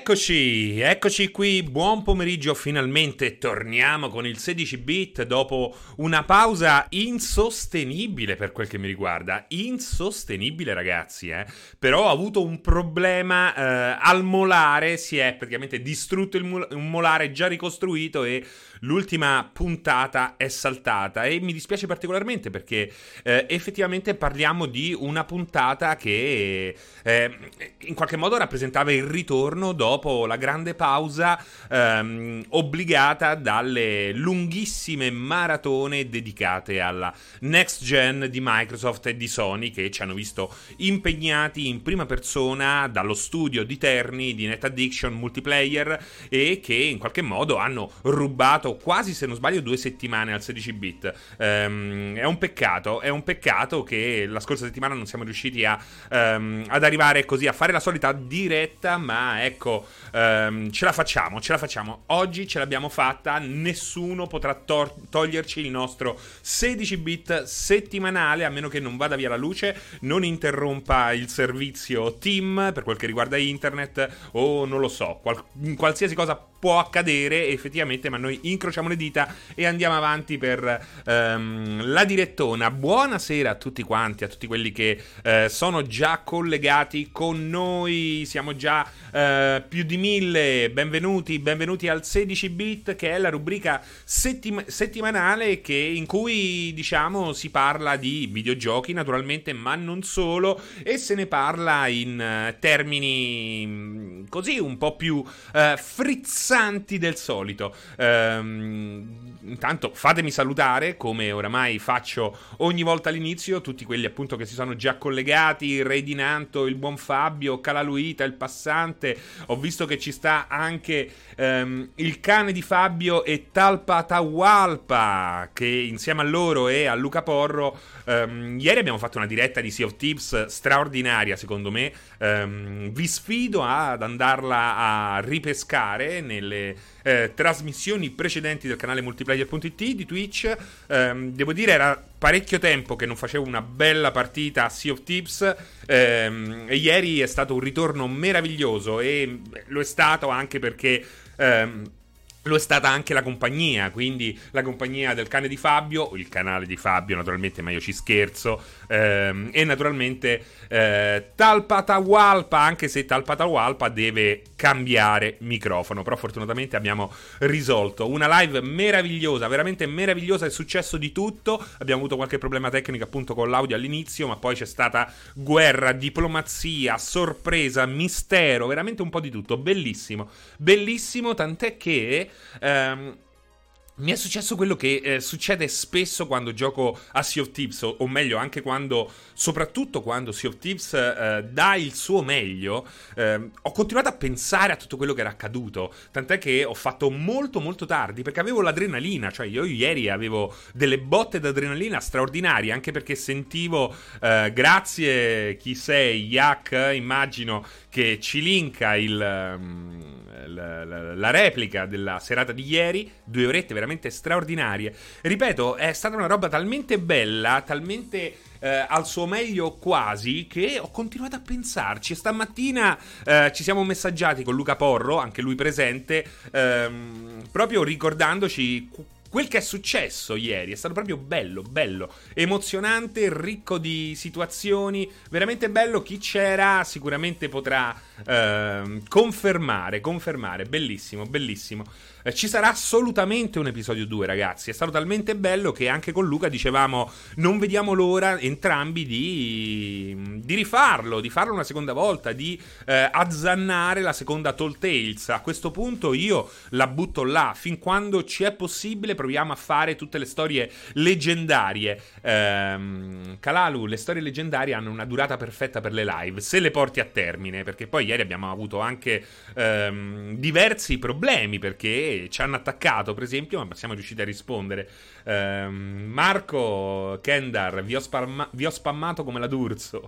Eccoci qui, buon pomeriggio, finalmente torniamo con il 16-bit dopo una pausa insostenibile per quel che mi riguarda, insostenibile ragazzi, però ho avuto un problema al molare, si è praticamente distrutto un molare già ricostruito e l'ultima puntata è saltata e mi dispiace particolarmente perché effettivamente parliamo di una puntata che in qualche modo rappresentava il ritorno dopo la grande pausa obbligata dalle lunghissime maratone dedicate alla next gen di Microsoft e di Sony, che ci hanno visto impegnati in prima persona dallo studio di Terni di NetAddiction Multiplayer e che in qualche modo hanno rubato quasi, se non sbaglio, 2 settimane al 16-bit. È un peccato che la scorsa settimana non siamo riusciti ad arrivare così a fare la solita diretta, ma ecco, ce la facciamo. Oggi ce l'abbiamo fatta, nessuno potrà toglierci il nostro 16-bit settimanale, a meno che non vada via la luce, non interrompa il servizio Team per quel che riguarda internet o non lo so, qualsiasi cosa può accadere effettivamente, ma noi incrociamo le dita e andiamo avanti per la direttona. Buonasera a tutti quanti, a tutti quelli che sono già collegati con noi, siamo già più di 1000, benvenuti al 16-bit, che è la rubrica settimanale in cui diciamo si parla di videogiochi naturalmente, ma non solo, e se ne parla in termini così un po' più frizzanti del solito. Intanto fatemi salutare, come oramai faccio ogni volta all'inizio, tutti quelli appunto che si sono già collegati: il Re di Nanto, il buon Fabio, Calaluita, il Passante. Ho visto che ci sta anche il cane di Fabio e Talpatawalpa, che insieme a loro e a Luca Porro ieri abbiamo fatto una diretta di Sea of Thieves straordinaria, secondo me. Vi sfido ad andarla a ripescare nelle trasmissioni precedenti del canale multiplayer.it di Twitch. Devo dire, era parecchio tempo che non facevo una bella partita a Sea of Thieves, e ieri è stato un ritorno meraviglioso, e lo è stato anche perché lo è stata anche la compagnia, quindi la compagnia del cane di Fabio, il canale di Fabio naturalmente, ma io ci scherzo, e naturalmente Talpatawalpa, anche se Talpatawalpa deve cambiare microfono, però fortunatamente abbiamo risolto una live meravigliosa, veramente meravigliosa, è successo di tutto, abbiamo avuto qualche problema tecnico appunto con l'audio all'inizio, ma poi c'è stata guerra, diplomazia, sorpresa, mistero, veramente un po' di tutto, bellissimo, tant'è che mi è successo quello che succede spesso quando gioco a Sea of Thieves, o meglio anche soprattutto quando Sea of Thieves dà il suo meglio. Ho continuato a pensare a tutto quello che era accaduto, tant'è che ho fatto molto molto tardi, perché avevo l'adrenalina, cioè io ieri avevo delle botte d'adrenalina straordinarie, anche perché sentivo, grazie chi sei, Yak, immagino, che ci linka la replica della serata di ieri, 2 orette veramente straordinarie. Ripeto, è stata una roba talmente bella, talmente al suo meglio quasi, che ho continuato a pensarci. E stamattina ci siamo messaggiati con Luca Porro, anche lui presente, proprio ricordandoci quel che è successo ieri. È stato proprio bello, emozionante, ricco di situazioni, veramente bello. Chi c'era sicuramente potrà confermare, bellissimo. Ci sarà assolutamente un episodio 2, ragazzi. È stato talmente bello che anche con Luca dicevamo non vediamo l'ora entrambi di rifarlo, di farlo una seconda volta, di azzannare la seconda Tall Tales. A questo punto io la butto là, fin quando ci è possibile proviamo a fare tutte le storie leggendarie. Calalu, le storie leggendarie hanno una durata perfetta per le live, se le porti a termine, perché poi ieri abbiamo avuto anche diversi problemi, perché ci hanno attaccato, per esempio, ma siamo riusciti a rispondere. Marco Kendar, vi ho spammato come la D'Urso.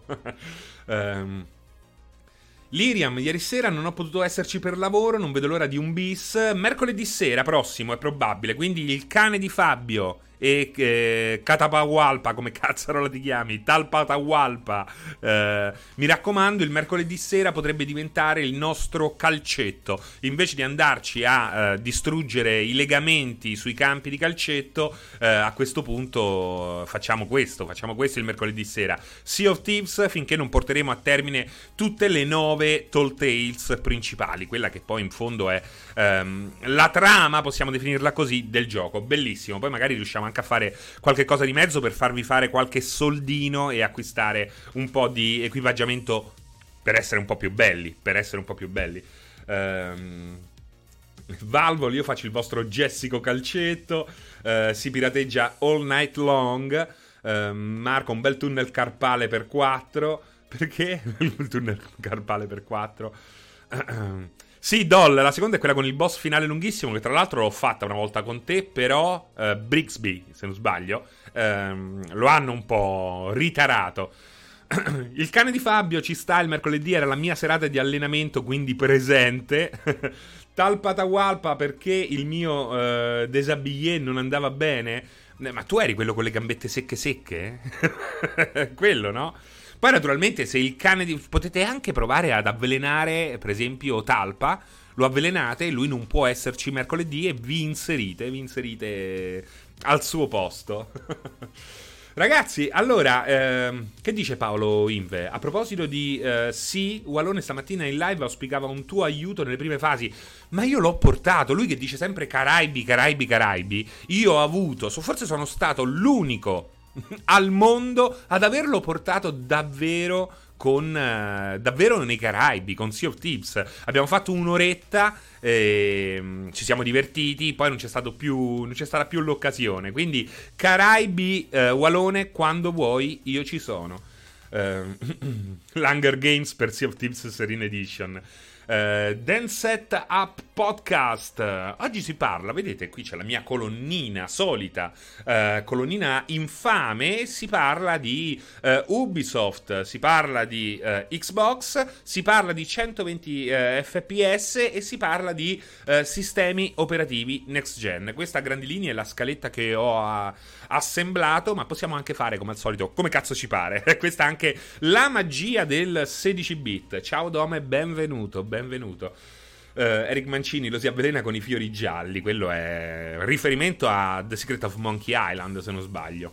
Liriam, ieri sera non ho potuto esserci per lavoro, non vedo l'ora di un bis. Mercoledì sera prossimo è probabile, quindi il cane di Fabio e Catapawalpa, come cazzarola ti chiami, Talpatawalpa, mi raccomando, il mercoledì sera potrebbe diventare il nostro calcetto. Invece di andarci a distruggere i legamenti sui campi di calcetto, a questo punto facciamo questo il mercoledì sera. Sea of Thieves, finché non porteremo a termine tutte le 9 Tall Tales principali, quella che poi in fondo è la trama, possiamo definirla così, del gioco. Bellissimo. Poi magari riusciamo anche a fare qualche cosa di mezzo per farvi fare qualche soldino e acquistare un po' di equipaggiamento per essere un po' più belli. Valvol, io faccio il vostro Jessico Calcetto. Si pirateggia all night long. Marco, un bel tunnel carpale per 4. Perché? Il tunnel carpale per 4. Sì, Doll, la seconda è quella con il boss finale lunghissimo, che tra l'altro l'ho fatta una volta con te, però Brixby, se non sbaglio, lo hanno un po' ritarato. Il cane di Fabio ci sta, il mercoledì era la mia serata di allenamento, quindi presente. Talpatawalpa perché il mio déshabillé non andava bene. Ma tu eri quello con le gambette secche? Quello, no? Poi naturalmente se il cane potete anche provare ad avvelenare, per esempio, Talpa. Lo avvelenate, lui non può esserci mercoledì e vi inserite al suo posto. Ragazzi, allora, che dice Paolo Inve? A proposito di sì, Walone stamattina in live auspicava un tuo aiuto nelle prime fasi, ma io l'ho portato, lui che dice sempre Caraibi, io ho avuto, forse sono stato l'unico al mondo ad averlo portato davvero davvero nei Caraibi, con Sea of Thieves. Abbiamo fatto un'oretta, ci siamo divertiti, poi non c'è stata più l'occasione. Quindi Caraibi, Walone, quando vuoi io ci sono. L'Hunger Games per Sea of Thieves Serene Edition. Then Set Up Podcast. Oggi si parla, vedete, qui c'è la mia colonnina solita, colonnina infame. Si parla di Ubisoft, si parla di Xbox, si parla di 120 fps e si parla di sistemi operativi next gen. Questa a grandi linee è la scaletta che ho assemblato, ma possiamo anche fare come al solito come cazzo ci pare. Questa è anche la magia del 16 bit. Ciao Dome, benvenuto. Eric Mancini lo si avvelena con i fiori gialli. Quello è riferimento a The Secret of Monkey Island, se non sbaglio.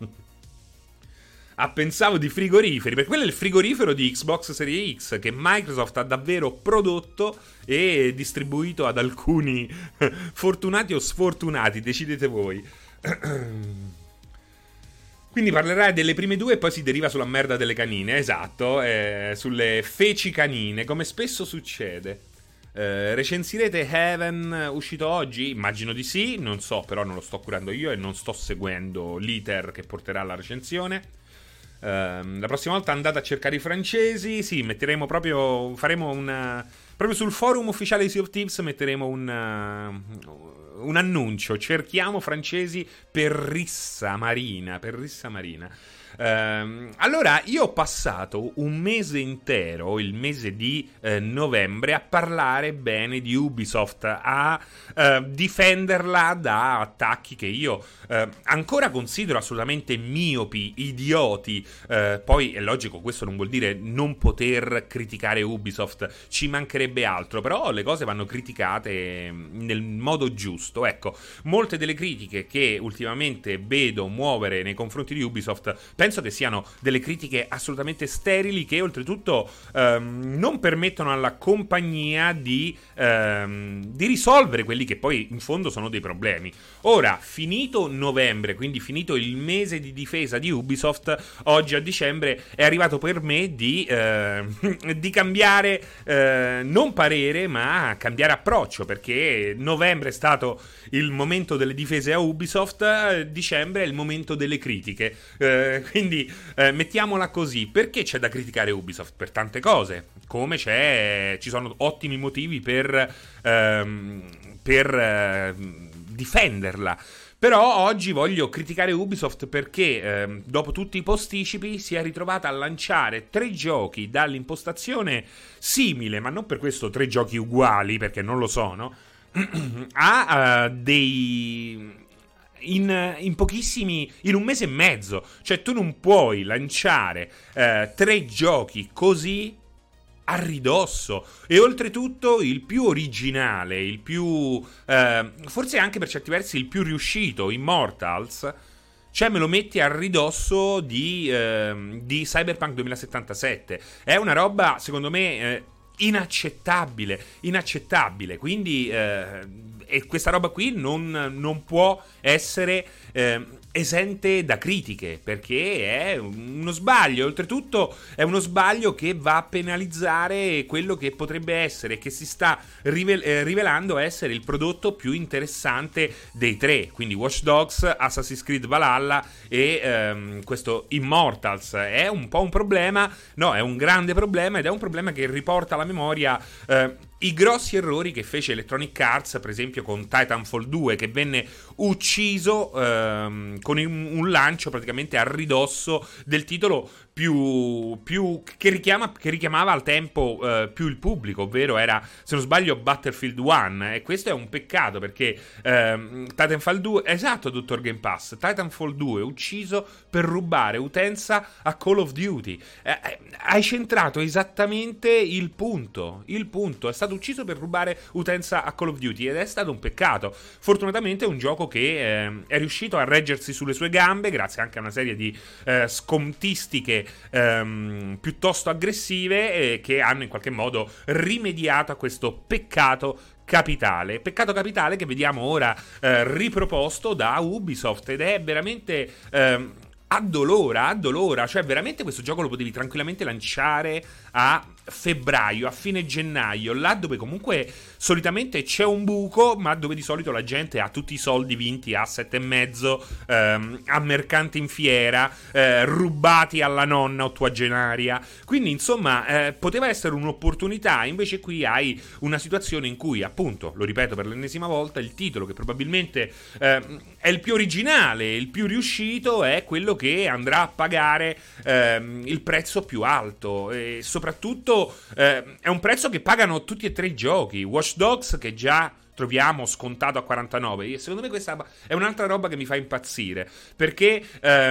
Pensavo di frigoriferi, perché quello è il frigorifero di Xbox Series X che Microsoft ha davvero prodotto e distribuito ad alcuni fortunati o sfortunati, decidete voi. Quindi parlerai delle prime due e poi si deriva sulla merda delle canine, esatto, sulle feci canine, come spesso succede. Recensirete Heaven uscito oggi? Immagino di sì, non so, però non lo sto curando io e non sto seguendo l'iter che porterà alla recensione. La prossima volta andate a cercare i francesi, sì, metteremo proprio, proprio sul forum ufficiale di Sea of Thieves metteremo un annuncio, cerchiamo francesi per rissa marina. Allora, io ho passato un mese intero, il mese di novembre, a parlare bene di Ubisoft, a difenderla da attacchi che io ancora considero assolutamente miopi, idioti. Poi è logico, questo non vuol dire non poter criticare Ubisoft, ci mancherebbe altro, però le cose vanno criticate nel modo giusto. Ecco, molte delle critiche che ultimamente vedo muovere nei confronti di Ubisoft penso che siano delle critiche assolutamente sterili, che oltretutto non permettono alla compagnia di risolvere quelli che poi in fondo sono dei problemi. Ora, finito novembre, quindi finito il mese di difesa di Ubisoft, oggi a dicembre è arrivato per me di cambiare non parere, ma cambiare approccio, perché novembre è stato il momento delle difese a Ubisoft, dicembre è il momento delle critiche. Quindi mettiamola così. Perché c'è da criticare Ubisoft? Per tante cose, come ci sono ottimi motivi per difenderla. Però oggi voglio criticare Ubisoft perché dopo tutti i posticipi si è ritrovata a lanciare 3 giochi dall'impostazione simile, ma non per questo 3 giochi uguali, perché non lo sono, a in pochissimi, in un mese e mezzo. Cioè tu non puoi lanciare 3 giochi così a ridosso, e oltretutto il più originale, il più forse anche per certi versi il più riuscito, Immortals, cioè me lo metti a ridosso di Cyberpunk 2077. È una roba secondo me inaccettabile, quindi e questa roba qui non può essere esente da critiche, perché è uno sbaglio. Oltretutto è uno sbaglio che va a penalizzare quello che potrebbe essere, che si sta rivelando essere il prodotto più interessante dei 3, quindi Watch Dogs, Assassin's Creed Valhalla e questo Immortals. È un po' un problema, no, è un grande problema, ed è un problema che riporta alla memoria i grossi errori che fece Electronic Arts, per esempio con Titanfall 2, che venne ucciso con un lancio praticamente a ridosso del titolo più che richiamava al tempo più il pubblico, ovvero era, se non sbaglio, Battlefield 1. E questo è un peccato, perché Titanfall 2, esatto, Dottor Game Pass, Titanfall 2 ucciso per rubare utenza a Call of Duty. Hai centrato esattamente il punto, è stato ucciso per rubare utenza a Call of Duty, ed è stato un peccato. Fortunatamente è un gioco che è riuscito a reggersi sulle sue gambe grazie anche a una serie di scontistiche piuttosto aggressive, che hanno in qualche modo rimediato a questo peccato capitale che vediamo ora riproposto da Ubisoft, ed è veramente addolora, cioè veramente questo gioco lo potevi tranquillamente lanciare a febbraio, a fine gennaio, là dove comunque solitamente c'è un buco, ma dove di solito la gente ha tutti i soldi vinti a 7,5 a mercanti in fiera, rubati alla nonna ottuagenaria. Quindi insomma poteva essere un'opportunità. Invece qui hai una situazione in cui, appunto, lo ripeto per l'ennesima volta, il titolo che probabilmente è il più originale, il più riuscito, è quello che andrà a pagare il prezzo più alto, e soprattutto è un prezzo che pagano tutti e 3 i giochi. Watch Dogs, che già troviamo scontato a 49, e secondo me questa è un'altra roba che mi fa impazzire, perché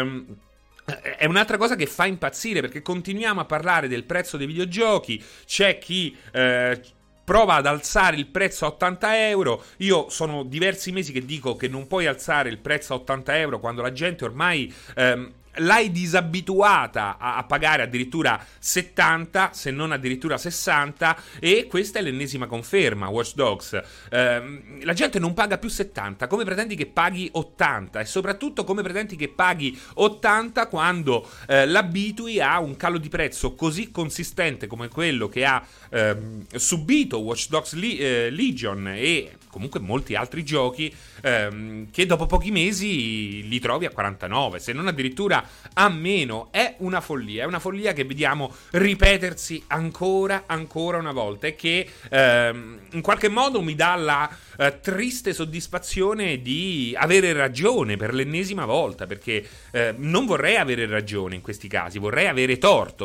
è un'altra cosa che fa impazzire, perché continuiamo a parlare del prezzo dei videogiochi. C'è chi prova ad alzare il prezzo a 80 euro. Io sono diversi mesi che dico che non puoi alzare il prezzo a 80 euro quando la gente ormai l'hai disabituata a pagare addirittura 70, se non addirittura 60, e questa è l'ennesima conferma. Watch Dogs, la gente non paga più 70, come pretendi che paghi 80? E soprattutto come pretendi che paghi 80 quando l'abitui a un calo di prezzo così consistente come quello che ha subito Watch Dogs Legion e comunque molti altri giochi, che dopo pochi mesi li trovi a 49, se non addirittura a meno. È una follia che vediamo ripetersi ancora una volta, e che in qualche modo mi dà la triste soddisfazione di avere ragione per l'ennesima volta, perché non vorrei avere ragione in questi casi, vorrei avere torto,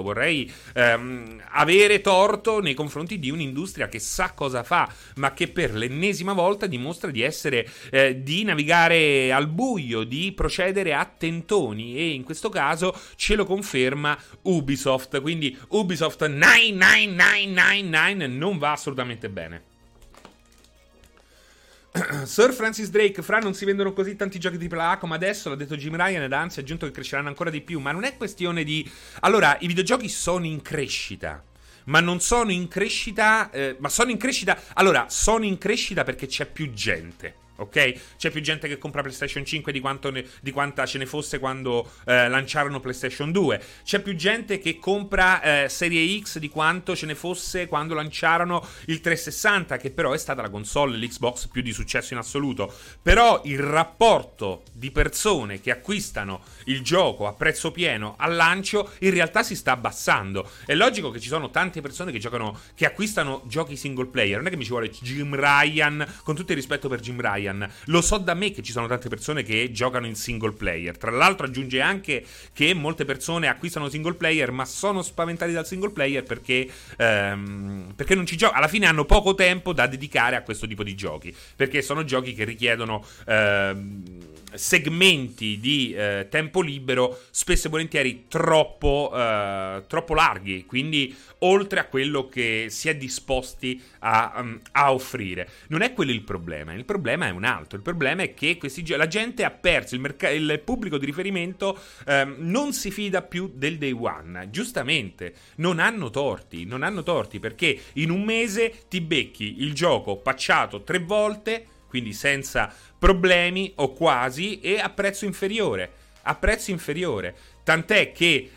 avere torto nei confronti di un'industria che sa cosa fa, ma che per l'ennesima volta dimostra di essere di navigare al buio, di procedere a tentoni, e in questo caso ce lo conferma Ubisoft. Quindi Ubisoft 99999 non va assolutamente bene. Sir Francis Drake: Fra, non si vendono così tanti giochi AAA come adesso, l'ha detto Jim Ryan, ed anzi ha aggiunto che cresceranno ancora di più. Ma non è questione di... Allora, i videogiochi sono in crescita, ma non sono in crescita, ma sono in crescita. Allora, sono in crescita perché c'è più gente, ok? C'è più gente che compra PlayStation 5 di quanta ce ne fosse quando lanciarono PlayStation 2. C'è più gente che compra Serie X di quanto ce ne fosse quando lanciarono il 360, che però è stata la console, l'Xbox più di successo in assoluto. Però il rapporto di persone che acquistano il gioco a prezzo pieno al lancio in realtà si sta abbassando. È logico che ci sono tante persone che acquistano giochi single player. Non è che mi ci vuole Jim Ryan, con tutto il rispetto per Jim Ryan, Brian, lo so da me che ci sono tante persone che giocano in single player. Tra l'altro aggiunge anche che molte persone acquistano single player ma sono spaventati dal single player perché non ci giocano. Alla fine hanno poco tempo da dedicare a questo tipo di giochi, perché sono giochi che richiedono segmenti di tempo libero spesso e volentieri troppo larghi, quindi oltre a quello che si è disposti a offrire. Non è quello il problema è un altro. Il problema è che la gente ha perso il pubblico di riferimento, non si fida più del day one. Giustamente non hanno torti, perché in un mese ti becchi il gioco patchato 3 volte, quindi senza problemi o quasi, e a prezzo inferiore. Tant'è che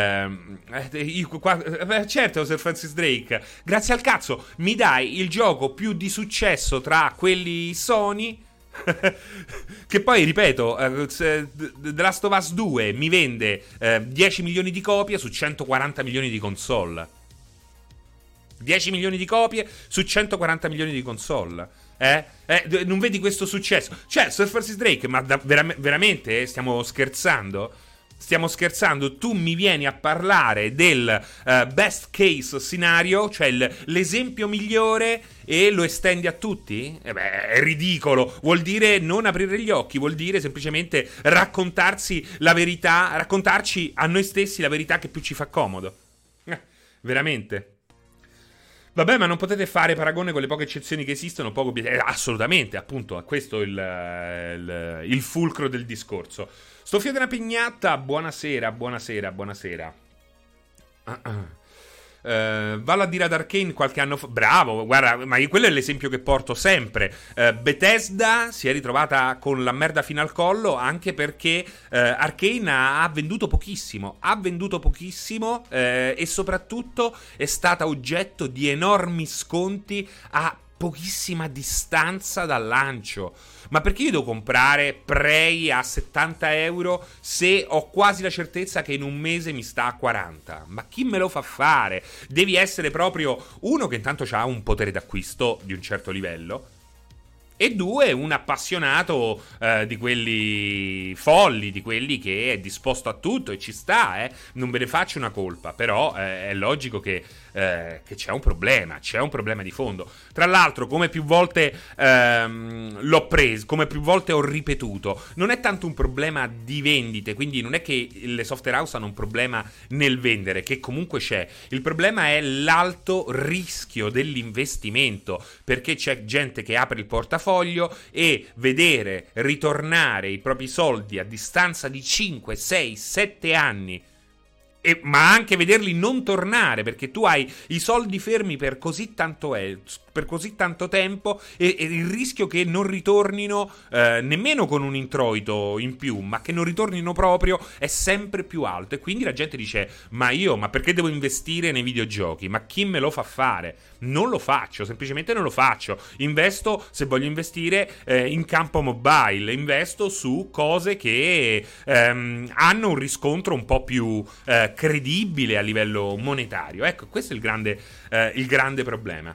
certo, Sir Francis Drake, grazie al cazzo mi dai il gioco più di successo tra quelli Sony, che poi ripeto, The Last of Us 2 mi vende 10 milioni di copie su 140 milioni di console. 10 milioni di copie su 140 milioni di console. Non vedi questo successo? Cioè, Sir Francis Drake, ma veramente stiamo scherzando? Tu mi vieni a parlare del best case scenario, cioè l'esempio migliore, e lo estendi a tutti? È ridicolo. Vuol dire non aprire gli occhi, vuol dire semplicemente raccontarci a noi stessi la verità che più ci fa comodo. Veramente. Vabbè, ma non potete fare paragone con le poche eccezioni che esistono, assolutamente, appunto, questo è il fulcro del discorso. Sofia della Pignatta, buonasera. Vallo a dire ad Arcane qualche anno fa. Bravo, guarda, ma quello è l'esempio che porto sempre. Bethesda si è ritrovata con la merda fino al collo anche perché Arcane ha venduto pochissimo. E soprattutto è stata oggetto di enormi sconti a pochissima distanza dal lancio. Ma perché io devo comprare Prey a 70 euro se ho quasi la certezza che in un mese mi sta a 40? Ma chi me lo fa fare? Devi essere proprio uno che intanto ha un potere d'acquisto di un certo livello, e 2, un appassionato di quelli folli, di quelli che è disposto a tutto, e ci sta, non ve ne faccio una colpa, però è logico che c'è un problema di fondo. Tra l'altro, come più volte l'ho preso, come più volte ho ripetuto, non è tanto un problema di vendite, quindi non è che le software house hanno un problema nel vendere, che comunque c'è. Il problema è l'alto rischio dell'investimento, perché c'è gente che apre il portafoglio e vedere ritornare i propri soldi a distanza di 5, 6, 7 anni, ma anche vederli non tornare, perché tu hai i soldi fermi per così tanto tempo, e il rischio che non ritornino nemmeno con un introito in più, ma che non ritornino proprio, è sempre più alto. E quindi la gente dice: ma perché devo investire nei videogiochi? Ma chi me lo fa fare? Non lo faccio, semplicemente non lo faccio. Investo, se voglio investire, in campo mobile, investo su cose che hanno un riscontro un po' più credibile a livello monetario. Ecco, questo è il grande problema.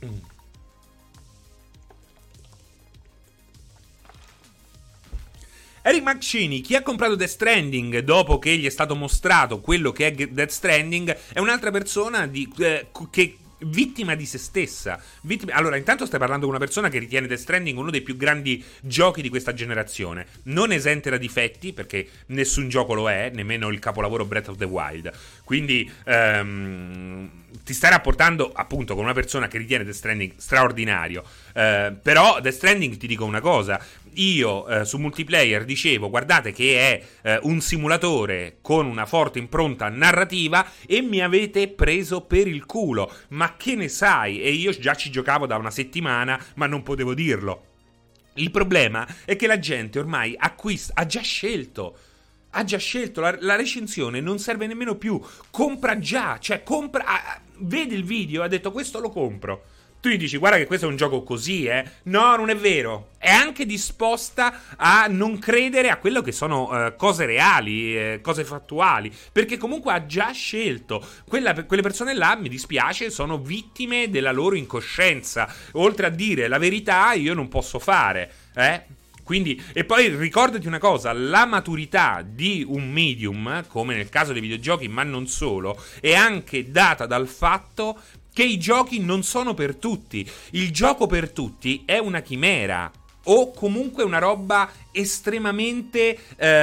Eric Mancini: chi ha comprato Death Stranding dopo che gli è stato mostrato quello che è Death Stranding è un'altra persona che vittima di se stessa. Allora, intanto stai parlando con una persona che ritiene Death Stranding uno dei più grandi giochi di questa generazione, non esente da difetti, perché nessun gioco lo è, nemmeno il capolavoro Breath of the Wild. Quindi ti stai rapportando appunto con una persona che ritiene Death Stranding straordinario. Però Death Stranding, ti dico una cosa: io su multiplayer dicevo: guardate che è un simulatore con una forte impronta narrativa, e mi avete preso per il culo. Ma che ne sai? E io già ci giocavo da una settimana, ma non potevo dirlo. Il problema è che la gente ormai ha già scelto. La recensione non serve nemmeno più. Compra già, cioè vede il video, ha detto: questo lo compro. Tu gli dici: guarda che questo è un gioco così, No, non è vero. È anche disposta a non credere a quello che sono cose reali, cose fattuali, perché comunque ha già scelto. Quelle persone là, mi dispiace, sono vittime della loro incoscienza. Oltre a dire la verità, io non posso fare. Quindi, e poi ricordati una cosa, la maturità di un medium, come nel caso dei videogiochi, ma non solo, è anche data dal fatto che i giochi non sono per tutti. Il gioco per tutti è una chimera, o comunque una roba estremamente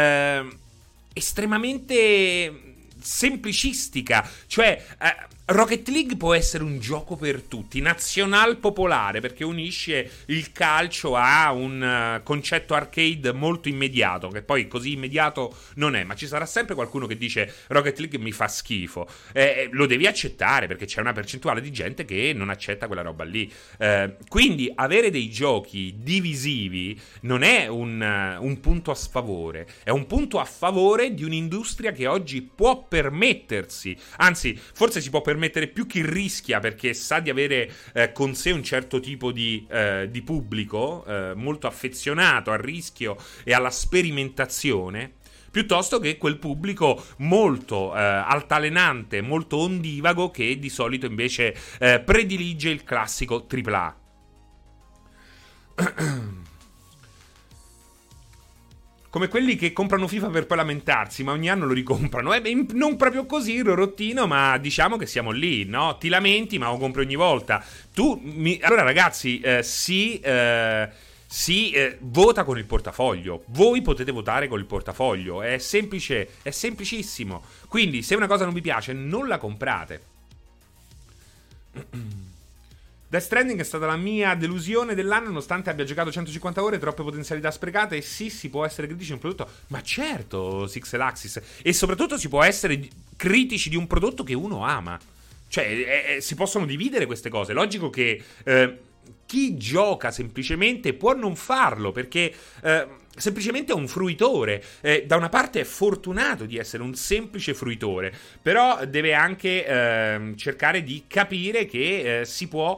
semplicistica. Cioè Rocket League può essere un gioco per tutti, nazional popolare, perché unisce il calcio a un concetto arcade molto immediato, che poi così immediato non è, ma ci sarà sempre qualcuno che dice Rocket League mi fa schifo. Lo devi accettare, perché c'è una percentuale di gente che non accetta quella roba lì. Quindi avere dei giochi divisivi non è un punto a sfavore, è un punto a favore di un'industria che oggi può permettersi, anzi forse si può permettere più chi rischia, perché sa di avere con sé un certo tipo di pubblico molto affezionato al rischio e alla sperimentazione, piuttosto che quel pubblico molto altalenante, molto ondivago, che di solito invece predilige il classico AAA. Come quelli che comprano FIFA per poi lamentarsi, ma ogni anno lo ricomprano. Non proprio così, Rorottino, ma diciamo che siamo lì, no? Ti lamenti, ma lo compri ogni volta. Allora, ragazzi, vota con il portafoglio. Voi potete votare con il portafoglio. È semplice, è semplicissimo. Quindi, se una cosa non vi piace, non la comprate. Death Stranding è stata la mia delusione dell'anno, nonostante abbia giocato 150 ore, troppe potenzialità sprecate. E sì, si può essere critici di un prodotto, ma certo, Sixelaxis. E soprattutto si può essere critici di un prodotto che uno ama. Cioè, si possono dividere queste cose. Logico che chi gioca semplicemente può non farlo, perché semplicemente è un fruitore. Da una parte è fortunato di essere un semplice fruitore, però deve anche cercare di capire che si può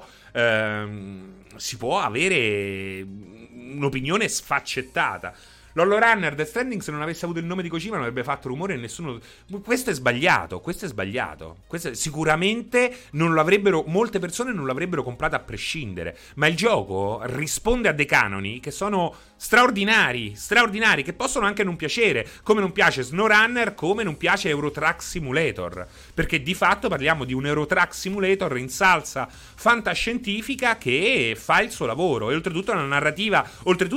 avere un'opinione sfaccettata. Lollo Runner, Death Stranding, se non avesse avuto il nome di Kojima non avrebbe fatto rumore e nessuno. Questo è sbagliato. Sicuramente molte persone non l'avrebbero comprato a prescindere. Ma il gioco risponde a dei canoni che sono straordinari, che possono anche non piacere, come non piace SnowRunner, come non piace Euro Truck Simulator, perché di fatto parliamo di un Euro Truck Simulator in salsa fantascientifica che fa il suo lavoro, e oltretutto una narrativa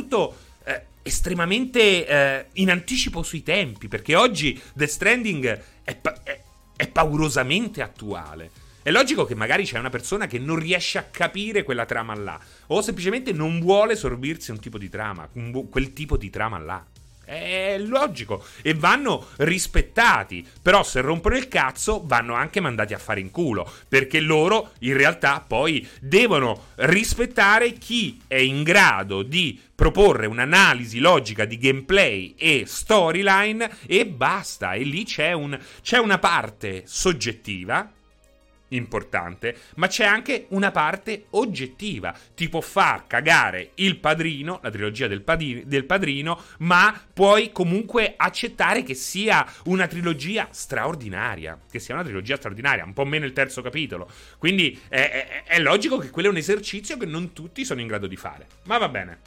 estremamente in anticipo sui tempi, perché oggi Death Stranding è paurosamente attuale. È logico che magari c'è una persona che non riesce a capire quella trama là, o semplicemente non vuole sorbirsi un tipo di trama, quel tipo di trama là. È logico, e vanno rispettati. Però se rompono il cazzo vanno anche mandati a fare in culo, perché loro in realtà poi devono rispettare chi è in grado di proporre un'analisi logica di gameplay e storyline, e basta. E lì c'è una parte soggettiva importante, ma c'è anche una parte oggettiva. Ti può far cagare Il Padrino, la trilogia del Padrino, ma puoi comunque accettare che sia una trilogia straordinaria, un po' meno il terzo capitolo. Quindi è logico che quello è un esercizio che non tutti sono in grado di fare, ma va bene.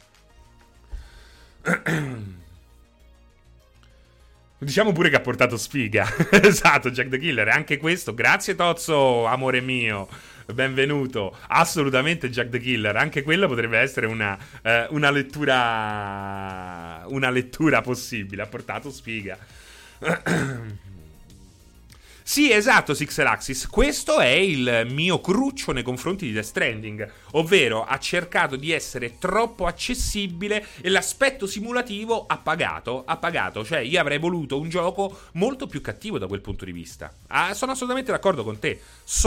Diciamo pure che ha portato sfiga. Esatto, Jack the Killer. Anche questo, grazie Tozzo, amore mio, benvenuto. Assolutamente Jack the Killer. Anche quello potrebbe essere una lettura possibile. Ha portato sfiga. Sì, esatto, Sixelaxis. Questo è il mio cruccio nei confronti di Death Stranding, ovvero ha cercato di essere troppo accessibile e l'aspetto simulativo ha pagato. Cioè, io avrei voluto un gioco molto più cattivo da quel punto di vista. Sono assolutamente d'accordo con te.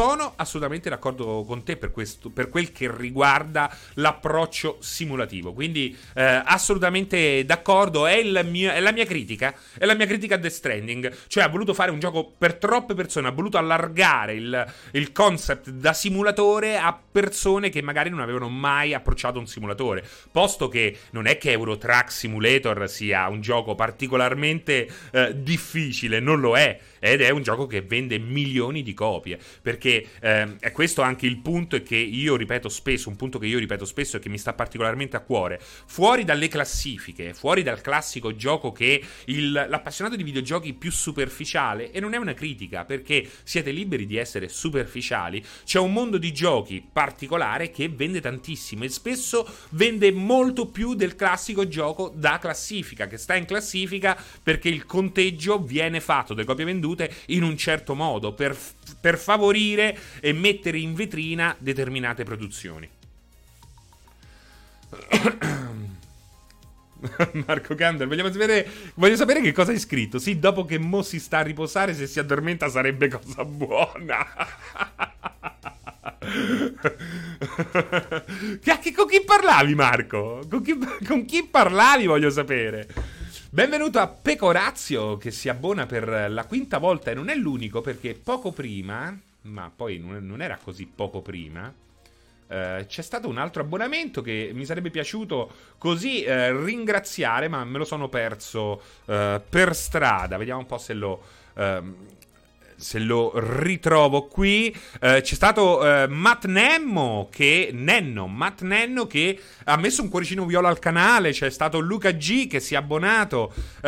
Per questo, per quel che riguarda l'approccio simulativo. Quindi assolutamente d'accordo. È la mia critica. È la mia critica a Death Stranding. Cioè, ha voluto fare un gioco per troppo troppe persone, ha voluto allargare il concept da simulatore a persone che magari non avevano mai approcciato un simulatore, posto che non è che Euro Truck Simulator sia un gioco particolarmente difficile, non lo è, ed è un gioco che vende milioni di copie, perché è questo anche il punto che io ripeto spesso, un punto che io ripeto spesso e che mi sta particolarmente a cuore. Fuori dalle classifiche, fuori dal classico gioco che l'appassionato di videogiochi più superficiale, e non è una critica perché siete liberi di essere superficiali, c'è un mondo di giochi particolare che vende tantissimo e spesso vende molto più del classico gioco da classifica, che sta in classifica perché il conteggio viene fatto delle copie vendute in un certo modo per favorire e mettere in vetrina determinate produzioni. Marco Candor, voglio sapere che cosa hai scritto. Sì, dopo che Mo si sta a riposare, se si addormenta sarebbe cosa buona. Con chi parlavi, Marco? Con chi parlavi, voglio sapere. Benvenuto a Pecorazio, che si abbona per la quinta volta, e non è l'unico, perché poco prima, ma poi non era così poco prima, c'è stato un altro abbonamento che mi sarebbe piaciuto così ringraziare, ma me lo sono perso per strada. Vediamo un po' se lo ritrovo qui. C'è stato Matt Nenno che ha messo un cuoricino viola al canale. C'è stato Luca G che si è abbonato.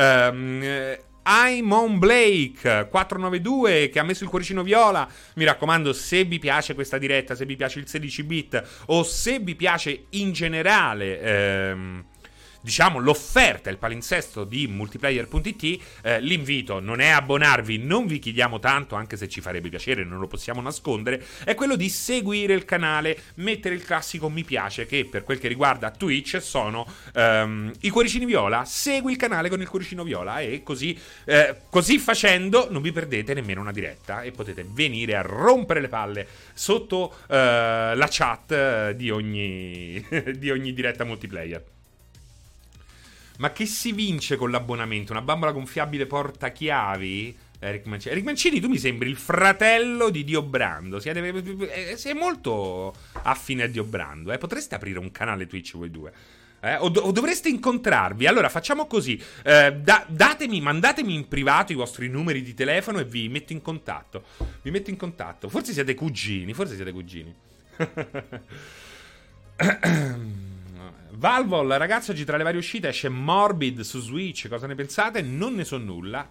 Aimon Blake 492 che ha messo il cuoricino viola. Mi raccomando, se vi piace questa diretta, se vi piace il 16-bit o se vi piace in generale diciamo l'offerta, il palinsesto di multiplayer.it, l'invito non è abbonarvi, non vi chiediamo tanto, anche se ci farebbe piacere, non lo possiamo nascondere, è quello di seguire il canale, mettere il classico mi piace, che per quel che riguarda Twitch sono i cuoricini viola. Segui il canale con il cuoricino viola e così facendo non vi perdete nemmeno una diretta e potete venire a rompere le palle sotto la chat di ogni diretta multiplayer. Ma che si vince con l'abbonamento? Una bambola gonfiabile portachiavi? Eric Mancini, tu mi sembri il fratello di Dio Brando. Sei molto affine a Dio Brando. Potreste aprire un canale Twitch voi due. O dovreste incontrarvi. Allora facciamo così, mandatemi in privato i vostri numeri di telefono e vi metto in contatto. Forse siete cugini. Valvol, ragazzi, oggi tra le varie uscite esce Morbid su Switch. Cosa ne pensate? Non ne so nulla.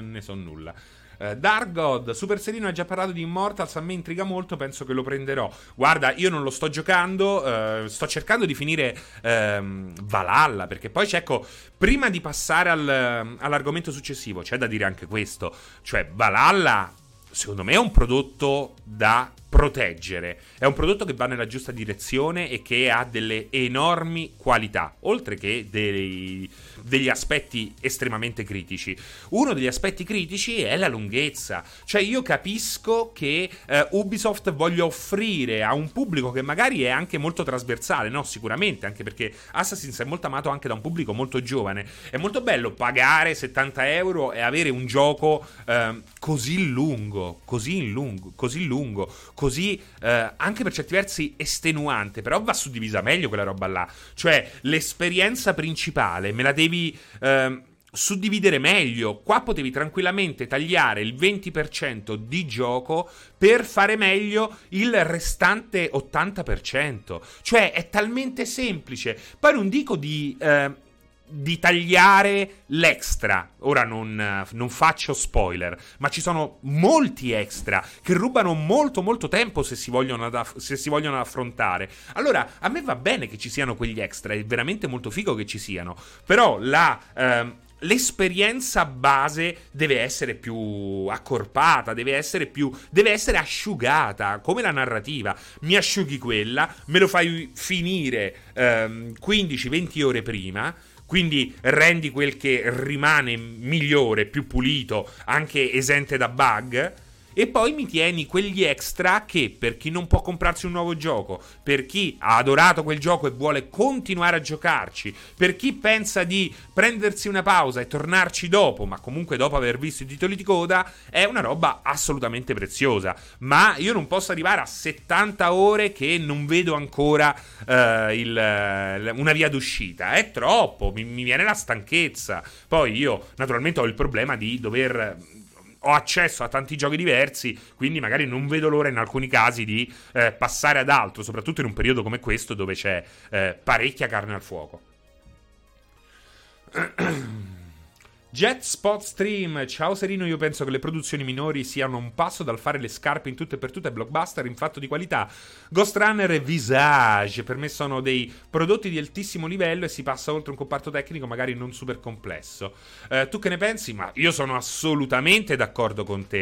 Dark God, Super Serino ha già parlato di Immortals, a me intriga molto, penso che lo prenderò. Guarda, io non lo sto giocando, sto cercando di finire Valhalla, perché poi prima di passare all'argomento successivo, c'è da dire anche questo, cioè Valhalla secondo me è un prodotto da proteggere, è un prodotto che va nella giusta direzione e che ha delle enormi qualità, oltre che degli aspetti estremamente critici. Uno degli aspetti critici è la lunghezza, cioè io capisco che Ubisoft voglia offrire a un pubblico che magari è anche molto trasversale, no? Sicuramente, anche perché Assassin's è molto amato anche da un pubblico molto giovane. È molto bello pagare 70 euro e avere un gioco così lungo, così anche per certi versi estenuante, però va suddivisa meglio quella roba là. Cioè l'esperienza principale me la devi suddividere meglio. Qua potevi tranquillamente tagliare il 20% di gioco per fare meglio il restante 80%. Cioè è talmente semplice. Poi non dico di tagliare l'extra. Ora non faccio spoiler, ma ci sono molti extra che rubano molto molto tempo se si vogliono affrontare. Allora a me va bene che ci siano quegli extra, è veramente molto figo che ci siano, però l'esperienza base deve essere più accorpata, deve essere asciugata, come la narrativa. Mi asciughi quella, me lo fai finire 15-20 ore prima, quindi rendi quel che rimane migliore, più pulito, anche esente da bug, E poi mi tieni quegli extra che, per chi non può comprarsi un nuovo gioco, per chi ha adorato quel gioco e vuole continuare a giocarci, per chi pensa di prendersi una pausa e tornarci dopo, ma comunque dopo aver visto i titoli di coda, è una roba assolutamente preziosa. Ma io non posso arrivare a 70 ore che non vedo ancora una via d'uscita. È troppo, mi viene la stanchezza. Poi io naturalmente ho il problema di dover... Ho accesso a tanti giochi diversi, quindi magari non vedo l'ora in alcuni casi di passare ad altro, soprattutto in un periodo come questo dove c'è parecchia carne al fuoco. Jet Spot Stream, ciao Serino, io penso che le produzioni minori siano un passo dal fare le scarpe in tutto e per tutto ai blockbuster in fatto di qualità. Ghost Runner e Visage per me sono dei prodotti di altissimo livello e si passa oltre un comparto tecnico magari non super complesso. Tu che ne pensi? Ma io sono assolutamente d'accordo con te.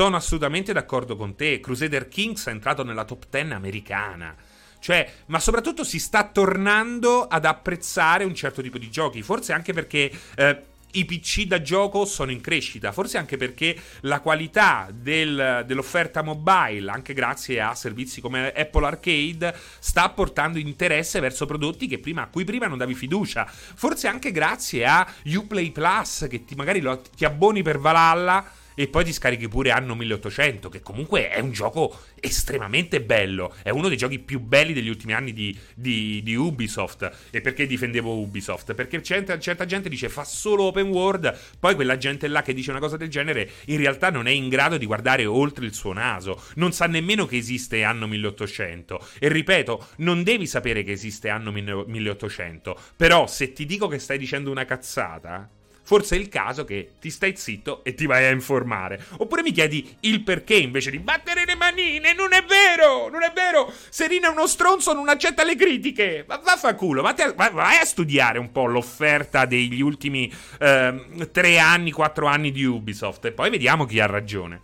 Crusader Kings è entrato nella top 10 americana. Cioè, ma soprattutto si sta tornando ad apprezzare un certo tipo di giochi, forse anche perché i PC da gioco sono in crescita, forse anche perché la qualità dell'offerta mobile, anche grazie a servizi come Apple Arcade, sta portando interesse verso prodotti a cui prima non davi fiducia, forse anche grazie a Uplay Plus, che magari ti abboni per Valhalla e poi ti scarichi pure Anno 1800, che comunque è un gioco estremamente bello. È uno dei giochi più belli degli ultimi anni di Ubisoft. E perché difendevo Ubisoft? Perché certa gente dice fa solo open world, poi quella gente là che dice una cosa del genere in realtà non è in grado di guardare oltre il suo naso, non sa nemmeno che esiste Anno 1800. E ripeto, non devi sapere che esiste Anno 1800, però se ti dico che stai dicendo una cazzata, forse è il caso che ti stai zitto e ti vai a informare. Oppure mi chiedi il perché invece di battere le manine. Non è vero, non è vero. Serino è uno stronzo, non accetta le critiche. Ma vaffanculo, vai a studiare un po' l'offerta degli ultimi 3 anni, 4 anni di Ubisoft e poi vediamo chi ha ragione.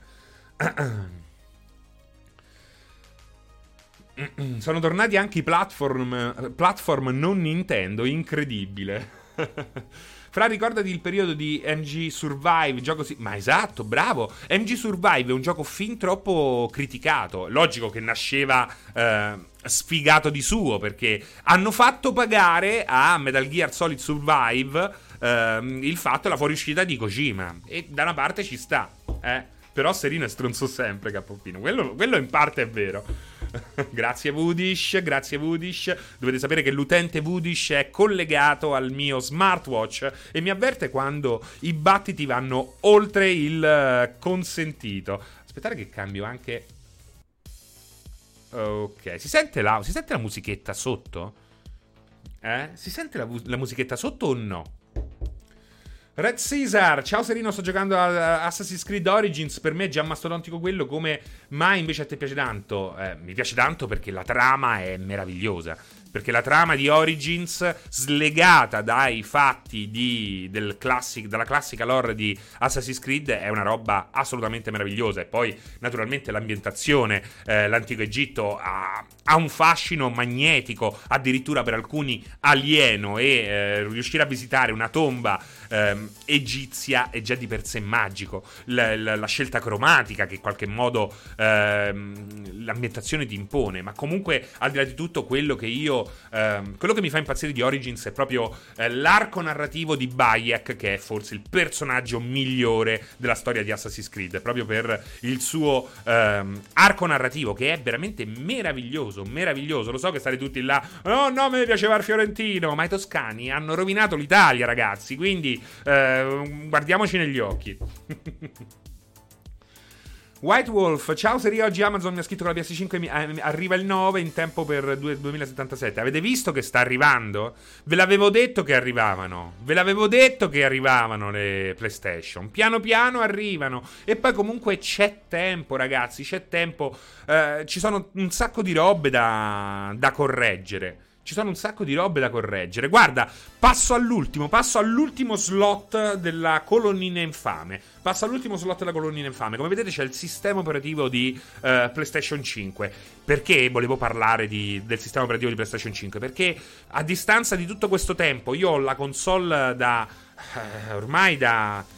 Sono tornati anche i platform non Nintendo, incredibile. Fra, ricordati il periodo di MG Survive, gioco ma esatto, bravo. MG Survive è un gioco fin troppo criticato. Logico che nasceva sfigato di suo, perché hanno fatto pagare a Metal Gear Solid Survive il fatto, la fuoriuscita di Kojima. E da una parte ci sta, però Serino è stronzo sempre, Cappopino. Quello in parte è vero. Grazie Vudish. Dovete sapere che l'utente Vudish è collegato al mio smartwatch e mi avverte quando i battiti vanno oltre il consentito. Aspettate che cambio anche. Ok, si sente la musichetta sotto? Si sente la musichetta sotto o no? Red Caesar, ciao Serino, sto giocando a Assassin's Creed Origins, per me è già mastodontico quello, come mai invece a te piace tanto? Mi piace tanto perché la trama è meravigliosa, perché la trama di Origins, slegata dai fatti dalla classica lore di Assassin's Creed, è una roba assolutamente meravigliosa. E poi naturalmente l'ambientazione, l'antico Egitto ha un fascino magnetico, addirittura per alcuni alieno, e riuscire a visitare una tomba egizia è già di per sé magico. La scelta cromatica che in qualche modo l'ambientazione ti impone, ma comunque al di là di tutto quello che mi fa impazzire di Origins è proprio l'arco narrativo di Bayek, che è forse il personaggio migliore della storia di Assassin's Creed, proprio per il suo arco narrativo che è veramente meraviglioso. Lo so che state tutti là, oh no, me piaceva il fiorentino, ma i toscani hanno rovinato l'Italia, ragazzi, quindi guardiamoci negli occhi. White Wolf, ciao Serie, oggi Amazon mi ha scritto che la PS5 arriva il 9 in tempo per 2077. Avete visto che sta arrivando? Ve l'avevo detto che arrivavano le PlayStation. Piano piano arrivano. E poi comunque c'è tempo, ragazzi, c'è tempo. Ci sono un sacco di robe da correggere. Guarda, passo all'ultimo slot della colonnina infame. Come vedete c'è il sistema operativo di PlayStation 5. Perché volevo parlare del sistema operativo di PlayStation 5? Perché a distanza di tutto questo tempo io ho la console ormai da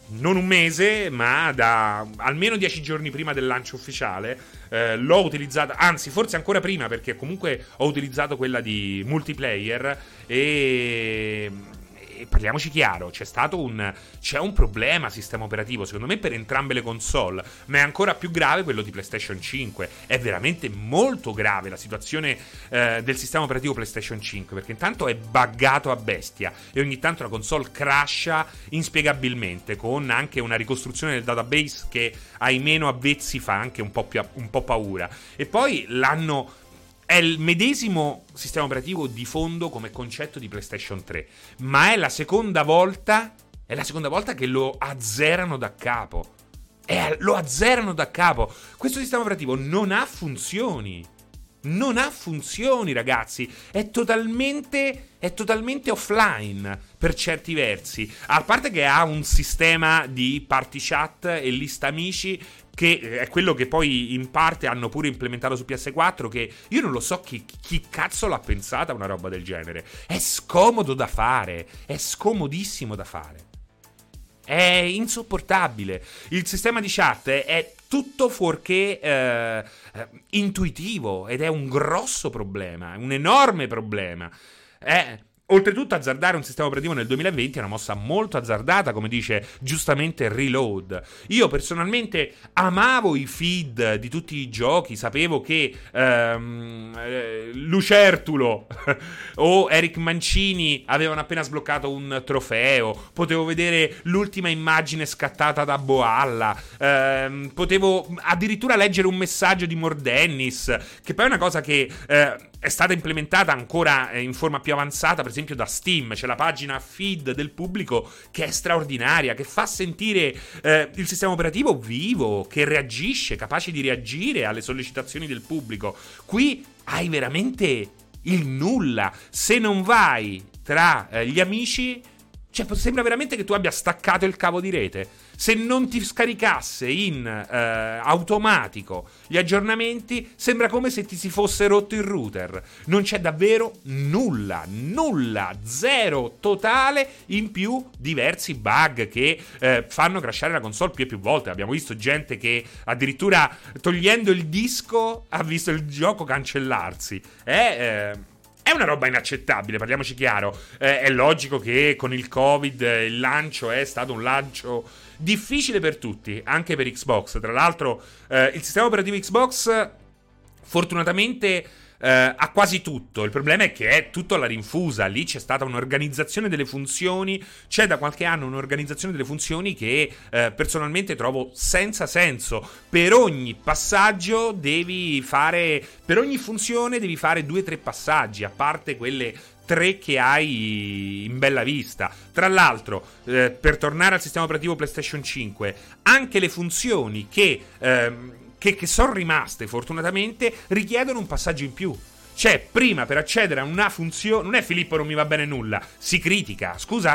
non un mese, ma da almeno 10 giorni prima del lancio ufficiale. L'ho utilizzata, anzi forse ancora prima, perché comunque ho utilizzato quella di multiplayer e parliamoci chiaro, c'è un problema sistema operativo, secondo me, per entrambe le console, ma è ancora più grave quello di PlayStation 5. È veramente molto grave la situazione del sistema operativo PlayStation 5, perché intanto è buggato a bestia e ogni tanto la console crasha inspiegabilmente, con anche una ricostruzione del database che ai meno avvezzi fa anche un po' paura. E poi è il medesimo sistema operativo di fondo come concetto di PlayStation 3, ma è la seconda volta che lo azzerano da capo. Lo azzerano da capo. Questo sistema operativo non ha funzioni. Non ha funzioni, ragazzi. È totalmente offline per certi versi. A parte che ha un sistema di party chat e lista amici, che è quello che poi in parte hanno pure implementato su PS4, che io non lo so chi cazzo l'ha pensata una roba del genere. È scomodo da fare, è scomodissimo da fare. È insopportabile. Il sistema di chat è tutto fuorché intuitivo, ed è un grosso problema, un enorme problema. Oltretutto, azzardare un sistema operativo nel 2020 è una mossa molto azzardata, come dice giustamente Reload. Io personalmente amavo i feed di tutti i giochi, sapevo che Lucertulo o Eric Mancini avevano appena sbloccato un trofeo, potevo vedere l'ultima immagine scattata da Boalla, potevo addirittura leggere un messaggio di Mordennis, che poi è una cosa che è stata implementata ancora in forma più avanzata, per esempio da Steam. C'è la pagina feed del pubblico che è straordinaria, che fa sentire il sistema operativo vivo, che reagisce, capace di reagire alle sollecitazioni del pubblico. Qui hai veramente il nulla. Se non vai tra gli amici, cioè sembra veramente che tu abbia staccato il cavo di rete. Se non ti scaricasse in automatico gli aggiornamenti, sembra come se ti si fosse rotto il router. Non c'è davvero nulla, zero totale, in più diversi bug che fanno crashare la console più e più volte. Abbiamo visto gente che addirittura togliendo il disco ha visto il gioco cancellarsi. È una roba inaccettabile, parliamoci chiaro. È logico che con il Covid il lancio è stato un lancio difficile per tutti, anche per Xbox. Tra l'altro il sistema operativo Xbox fortunatamente ha quasi tutto. Il problema è che è tutto alla rinfusa. Lì c'è stata un'organizzazione delle funzioni. C'è da qualche anno un'organizzazione delle funzioni che personalmente trovo senza senso. Per ogni passaggio devi fare, per ogni funzione devi fare 2 o 3 passaggi, a parte quelle 3 che hai in bella vista. Tra l'altro, per tornare al sistema operativo PlayStation 5, anche le funzioni che sono rimaste fortunatamente richiedono un passaggio in più. Cioè, prima, per accedere a una funzione, non è Filippo non mi va bene nulla, si critica. Scusa,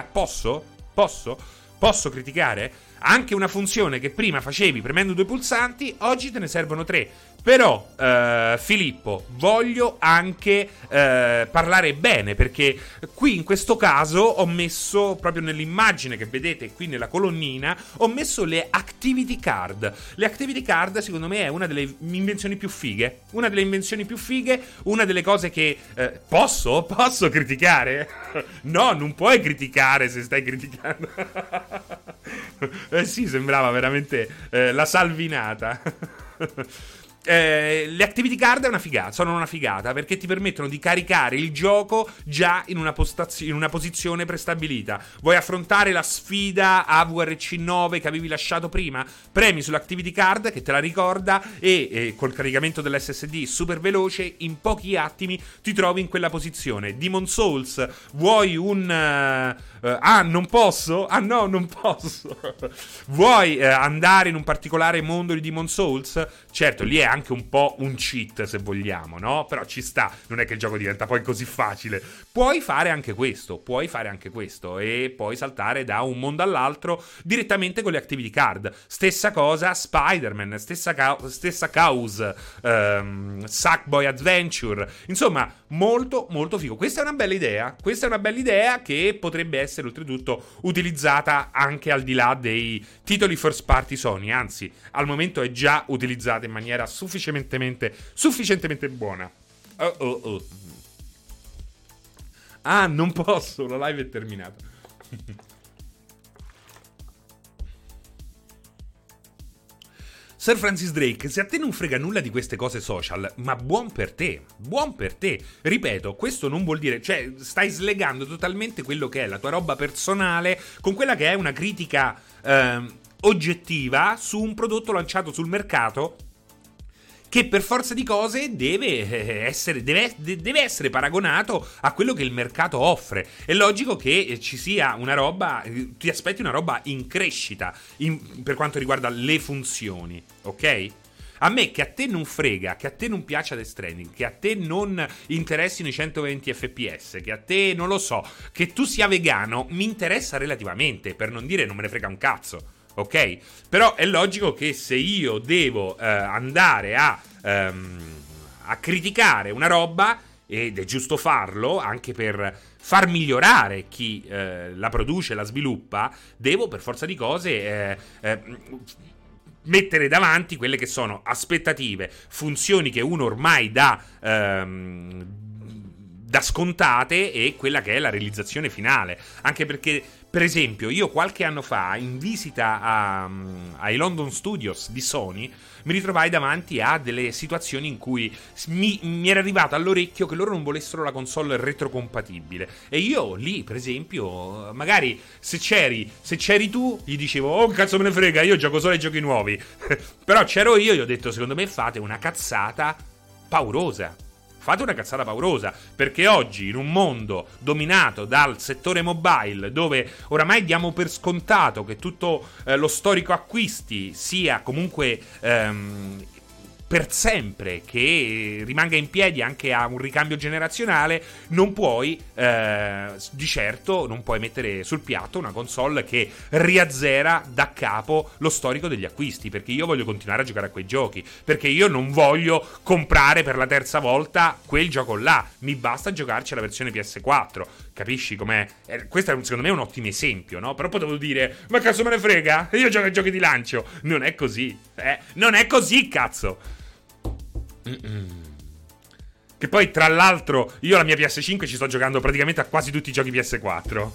posso criticare? Anche una funzione che prima facevi premendo 2 pulsanti, oggi te ne servono 3. Però, Filippo, voglio anche parlare bene, perché qui in questo caso ho messo, proprio nell'immagine che vedete qui nella colonnina, ho messo le activity card. Le activity card, secondo me, è una delle invenzioni più fighe. Una delle invenzioni più fighe, una delle cose che... Posso criticare? No, non puoi criticare se stai criticando. Sì, sembrava veramente la salvinata. Le activity card sono una figata, perché ti permettono di caricare il gioco già in una posizione prestabilita. Vuoi affrontare la sfida AVRC 9 che avevi lasciato prima? Premi sull'activity card che te la ricorda e col caricamento dell'SSD super veloce in pochi attimi ti trovi in quella posizione. Demon Souls, vuoi un... non posso? Ah no, non posso. Vuoi andare in un particolare mondo di Demon Souls? Certo, lì è anche un po' un cheat, se vogliamo, no? Però ci sta, non è che il gioco diventa poi così facile. Puoi fare anche questo, e puoi saltare da un mondo all'altro direttamente con le activity card. Stessa cosa Spider-Man, stessa cause, Sackboy Adventure, insomma molto molto figo. Questa è una bella idea che potrebbe essere oltretutto utilizzata anche al di là dei titoli first party Sony, anzi al momento è già utilizzata in maniera sufficientemente buona. Ah, non posso, la live è terminata. Sir Francis Drake, se a te non frega nulla di queste cose social, ma buon per te. Ripeto, questo non vuol dire, cioè, stai slegando totalmente quello che è la tua roba personale con quella che è una critica oggettiva su un prodotto lanciato sul mercato che per forza di cose deve essere paragonato a quello che il mercato offre. È logico che ci sia una roba, ti aspetti una roba in crescita per quanto riguarda le funzioni, ok? A me che a te non frega, che a te non piaccia Death Stranding, che a te non interessino i 120 fps, che a te, non lo so, che tu sia vegano, mi interessa relativamente, per non dire non me ne frega un cazzo. Ok? Però è logico che se io devo andare a criticare una roba, ed è giusto farlo anche per far migliorare chi la produce e la sviluppa, devo per forza di cose mettere davanti quelle che sono aspettative, funzioni che uno ormai dà scontate e quella che è la realizzazione finale. Anche perché, per esempio, io qualche anno fa, in visita ai London Studios di Sony, mi ritrovai davanti a delle situazioni in cui mi era arrivato all'orecchio che loro non volessero la console retrocompatibile. E io lì, per esempio, magari se c'eri tu, gli dicevo: oh, cazzo me ne frega, io gioco solo ai giochi nuovi. Però c'ero io, gli ho detto: secondo me fate una cazzata paurosa. Perché oggi, in un mondo dominato dal settore mobile, dove oramai diamo per scontato che tutto lo storico acquisti sia comunque per sempre, che rimanga in piedi anche a un ricambio generazionale, non puoi di certo non puoi mettere sul piatto una console che riazzera da capo lo storico degli acquisti, perché io voglio continuare a giocare a quei giochi, perché io non voglio comprare per la terza volta quel gioco là, mi basta giocarci la versione PS4. Capisci com'è? Questo è, secondo me, un ottimo esempio, no? Però potevo dire: ma cazzo me ne frega, io gioco ai giochi di lancio. Non è così, non è così, cazzo. Che poi, tra l'altro, io la mia PS5 ci sto giocando praticamente a quasi tutti i giochi PS4.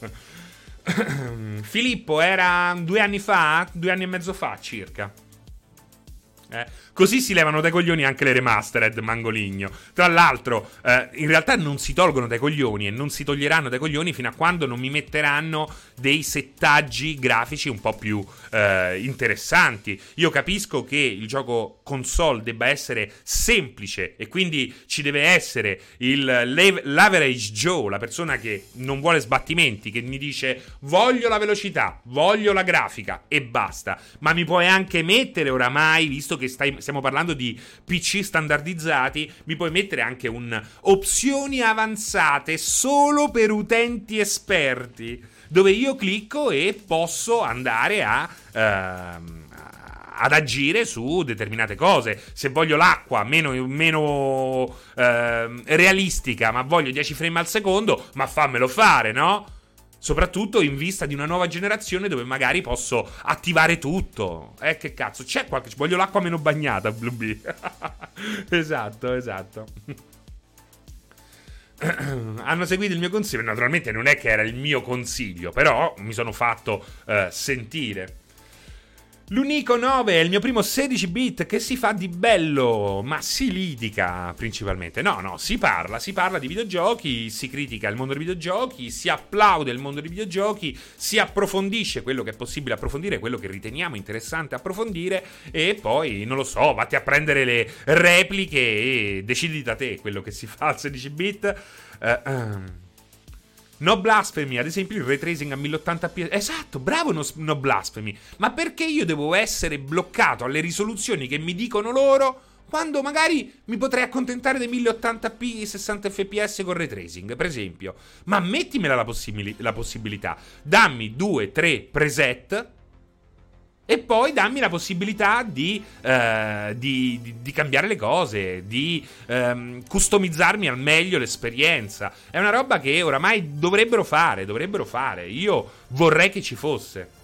Filippo, era 2 anni fa? 2 anni e mezzo fa circa. Così si levano dai coglioni anche le remastered, Mangoligno. Tra l'altro, in realtà non si tolgono dai coglioni e non si toglieranno dai coglioni fino a quando non mi metteranno dei settaggi grafici un po' più interessanti. Io capisco che il gioco console debba essere semplice e quindi ci deve essere l'average Joe, la persona che non vuole sbattimenti, che mi dice: voglio la velocità, voglio la grafica e basta. Ma mi puoi anche mettere oramai, visto che stiamo parlando di PC standardizzati, mi puoi mettere anche opzioni avanzate solo per utenti esperti, dove io clicco e posso andare ad agire su determinate cose. Se voglio l'acqua meno realistica, ma voglio 10 frame al secondo, ma fammelo fare, no? Soprattutto in vista di una nuova generazione dove magari posso attivare tutto. Che cazzo, c'è qualche... Voglio l'acqua meno bagnata, Blue Bee. Esatto. Hanno seguito il mio consiglio. Naturalmente non è che era il mio consiglio, però mi sono fatto sentire. L'Unico 9 è il mio primo 16 bit. Che si fa di bello? Ma si litiga principalmente. No, si parla di videogiochi, si critica il mondo dei videogiochi, si applaude il mondo dei videogiochi, si approfondisce quello che è possibile approfondire, quello che riteniamo interessante approfondire, e poi, non lo so, vatti a prendere le repliche e decidi da te quello che si fa al 16 bit. No Blasphemy, ad esempio il ray tracing a 1080p. Esatto, bravo No Blasphemy. Ma perché io devo essere bloccato alle risoluzioni che mi dicono loro? quando magari mi potrei accontentare dei 1080p 60 fps con ray tracing, per esempio. Ma mettimela la possibilità. Dammi 2-3 preset e poi dammi la possibilità di cambiare le cose, di customizzarmi al meglio l'esperienza. È una roba che oramai dovrebbero fare. Io vorrei che ci fosse.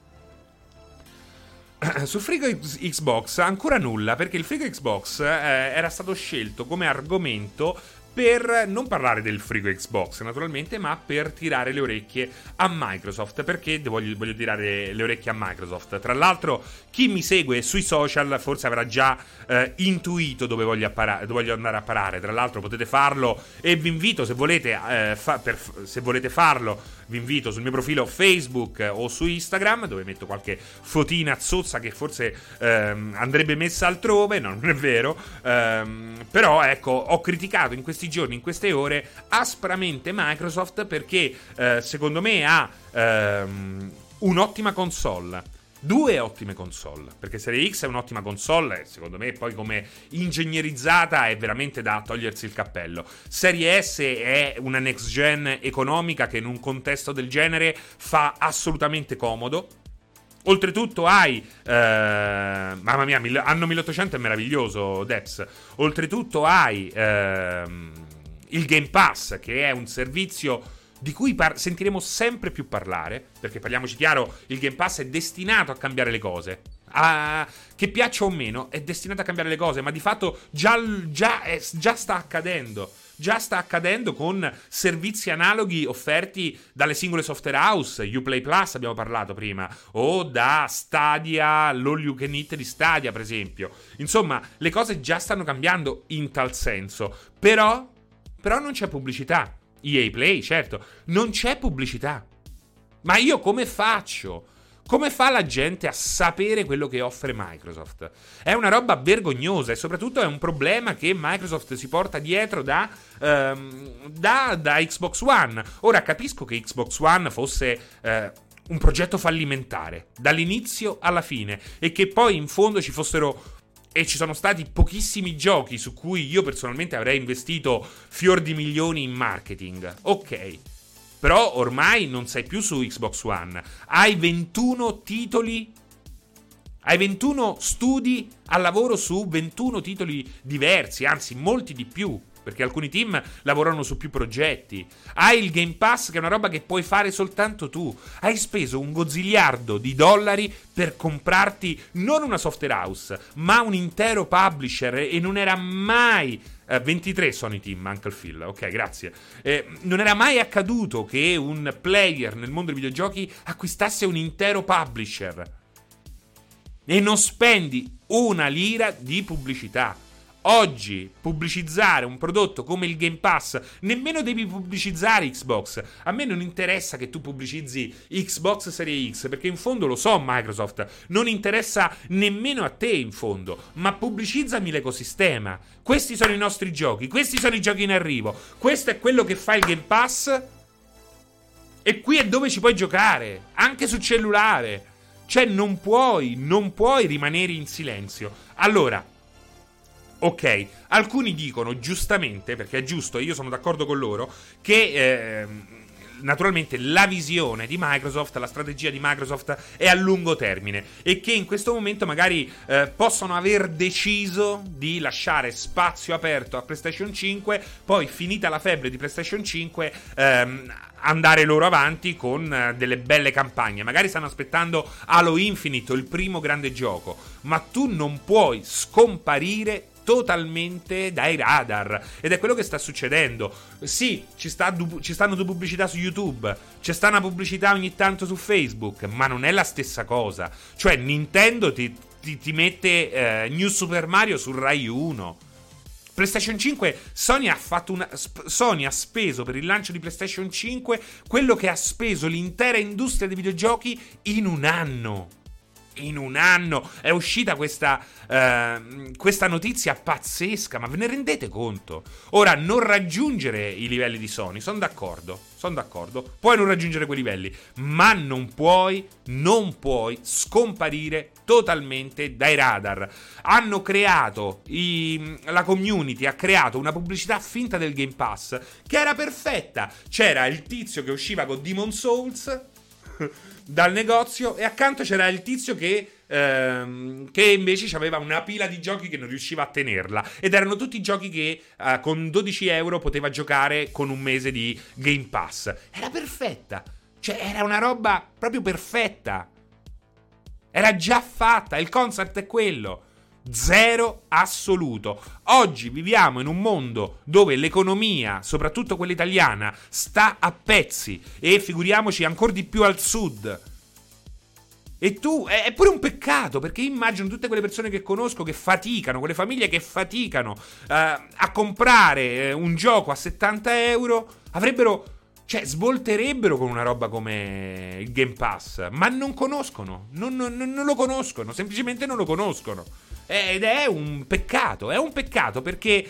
Sul frigo Xbox ancora nulla, perché il frigo Xbox era stato scelto come argomento per non parlare del frigo Xbox naturalmente, ma per tirare le orecchie a Microsoft. Perché voglio tirare le orecchie a Microsoft? Tra l'altro, chi mi segue sui social forse avrà già intuito dove voglio andare a parare. Tra l'altro potete farlo, e vi invito, se volete farlo, vi invito sul mio profilo Facebook o su Instagram, dove metto qualche fotina zozza che forse andrebbe messa altrove. No, non è vero. Però ecco, ho criticato in questi giorni, in queste ore, aspramente Microsoft perché secondo me ha un'ottima console. 2 ottime console, perché Serie X è un'ottima console e secondo me poi come ingegnerizzata è veramente da togliersi il cappello. Serie S è una next gen economica che in un contesto del genere fa assolutamente comodo. Oltretutto hai mamma mia, anno 1800 è meraviglioso, Deps. Oltretutto hai il Game Pass, che è un servizio di cui sentiremo sempre più parlare, perché parliamoci chiaro, il Game Pass è destinato a cambiare le cose. Che piaccia o meno, è destinato a cambiare le cose, ma di fatto già sta accadendo. Già sta accadendo con servizi analoghi offerti dalle singole software house. Uplay Plus abbiamo parlato prima, o da Stadia, l'all you can eat di Stadia per esempio. Insomma, le cose già stanno cambiando in tal senso. Però non c'è pubblicità. EA Play, certo, non c'è pubblicità. Ma io come faccio? Come fa la gente a sapere quello che offre Microsoft? È una roba vergognosa e soprattutto è un problema che Microsoft si porta dietro da Xbox One. Ora capisco che Xbox One fosse un progetto fallimentare dall'inizio alla fine e che poi in fondo ci fossero e ci sono stati pochissimi giochi su cui io personalmente avrei investito fior di milioni in marketing. Ok. Però ormai non sei più su Xbox One. Hai 21 titoli. Hai 21 studi al lavoro su 21 titoli diversi, anzi molti di più, perché alcuni team lavorano su più progetti. Hai il Game Pass, che è una roba che puoi fare soltanto tu. Hai speso $1 gozzigliardo per comprarti non una software house, ma un intero publisher, e non era mai 23 sono i team, Uncle Phil, ok, grazie. Non era mai accaduto che un player nel mondo dei videogiochi acquistasse un intero publisher e non spendi una lira di pubblicità. Oggi pubblicizzare un prodotto come il Game Pass, nemmeno devi pubblicizzare Xbox. A me non interessa che tu pubblicizzi Xbox Series X, perché in fondo lo so Microsoft, non interessa nemmeno a te in fondo, ma pubblicizzami l'ecosistema. Questi sono i nostri giochi, questi sono i giochi in arrivo, questo è quello che fa il Game Pass e qui è dove ci puoi giocare, anche su cellulare. Cioè non puoi rimanere in silenzio. Allora, ok, alcuni dicono giustamente, perché è giusto, io sono d'accordo con loro, che naturalmente la visione di Microsoft, la strategia di Microsoft è a lungo termine e che in questo momento magari possono aver deciso di lasciare spazio aperto a PlayStation 5, poi finita la febbre di PlayStation 5 andare loro avanti con delle belle campagne. Magari stanno aspettando Halo Infinite, il primo grande gioco, ma tu non puoi scomparire totalmente dai radar, ed è quello che sta succedendo. Sì, ci stanno due pubblicità su YouTube, c'è sta una pubblicità ogni tanto su Facebook, ma non è la stessa cosa. Cioè Nintendo ti mette New Super Mario su Rai 1. PlayStation 5, Sony ha speso per il lancio di PlayStation 5 quello che ha speso l'intera industria dei videogiochi in un anno. in un anno è uscita questa notizia pazzesca, ma ve ne rendete conto? Ora, non raggiungere i livelli di Sony, sono d'accordo, puoi non raggiungere quei livelli, ma non puoi scomparire totalmente dai radar. Hanno creato, la community ha creato una pubblicità finta del Game Pass che era perfetta. C'era il tizio che usciva con Demon Souls dal negozio e accanto c'era il tizio che invece aveva una pila di giochi che non riusciva a tenerla, ed erano tutti giochi che con 12 euro poteva giocare con un mese di Game Pass. Era perfetta, cioè era una roba proprio perfetta, era già fatta, il concept è quello. Zero assoluto. Oggi viviamo in un mondo dove l'economia, soprattutto quella italiana, sta a pezzi, e figuriamoci ancora di più al sud. E tu, è pure un peccato, perché immagino tutte quelle persone che conosco che faticano, quelle famiglie che faticano a comprare un gioco a 70 euro, cioè svolterebbero con una roba come il Game Pass, ma non conoscono, non lo conoscono, semplicemente non lo conoscono. Ed è un peccato perché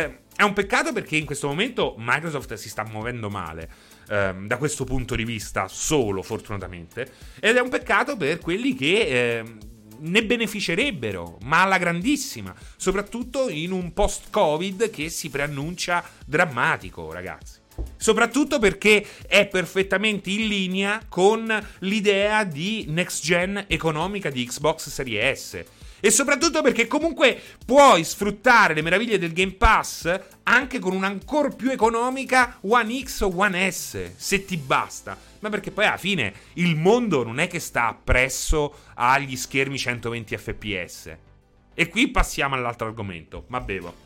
in questo momento Microsoft si sta muovendo male da questo punto di vista solo, fortunatamente, ed è un peccato per quelli che ne beneficerebbero, ma alla grandissima, soprattutto in un post-Covid che si preannuncia drammatico, ragazzi. Soprattutto perché è perfettamente in linea con l'idea di next gen economica di Xbox Series S. E soprattutto perché comunque puoi sfruttare le meraviglie del Game Pass anche con un'ancora più economica One X o One S, se ti basta. Ma perché poi alla fine il mondo non è che sta appresso agli schermi 120 fps. E qui passiamo all'altro argomento, ma bevo.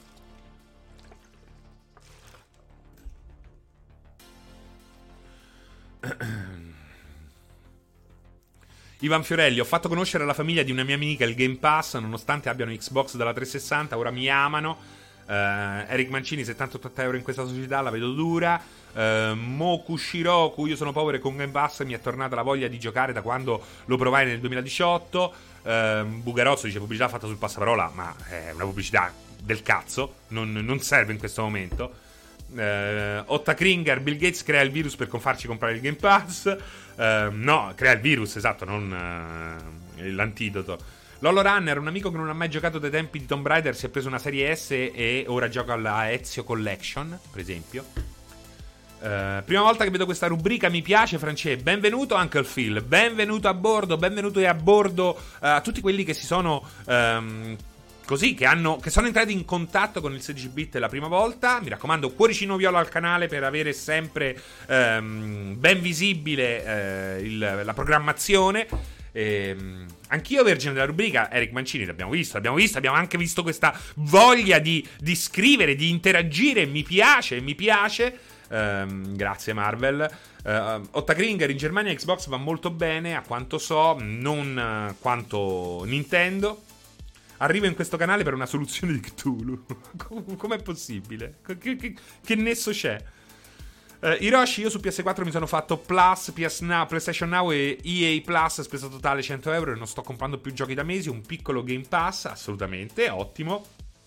Ivan Fiorelli: ho fatto conoscere alla famiglia di una mia amica il Game Pass, nonostante abbiano Xbox dalla 360, ora mi amano. Eric Mancini: 78 euro in questa società, la vedo dura. Moku Shiroku: io sono povero e con Game Pass mi è tornata la voglia di giocare da quando lo provai nel 2018. Bugarozzo dice: pubblicità fatta sul passaparola, ma è una pubblicità del cazzo, non serve in questo momento. Otta Kringer: Bill Gates crea il virus per farci comprare il Game Pass. No, crea il virus, esatto, non l'antidoto. Lolo Runner: un amico che non ha mai giocato dai tempi di Tomb Raider si è preso una serie S e ora gioca alla Ezio Collection, per esempio. Prima volta che vedo questa rubrica, mi piace. Francesco: benvenuto Uncle Phil, benvenuto a bordo, benvenuto e a bordo a tutti quelli che si sono così, che sono entrati in contatto con il 16-bit la prima volta. Mi raccomando, cuoricino viola al canale per avere sempre ben visibile la programmazione. Anch'io vergine della rubrica. Eric Mancini, l'abbiamo visto, abbiamo anche visto questa voglia di scrivere, di interagire. Mi piace. Grazie Marvel. Otta Kringer: in Germania Xbox va molto bene, a quanto so, non quanto Nintendo. Arrivo in questo canale per una soluzione di Cthulhu. Com'è possibile? Che nesso c'è? Hiroshi: io su PS4 mi sono fatto Plus, PS Now, PlayStation Now e EA Plus, spesa totale 100 euro e non sto comprando più giochi da mesi. Un piccolo Game Pass, assolutamente, ottimo.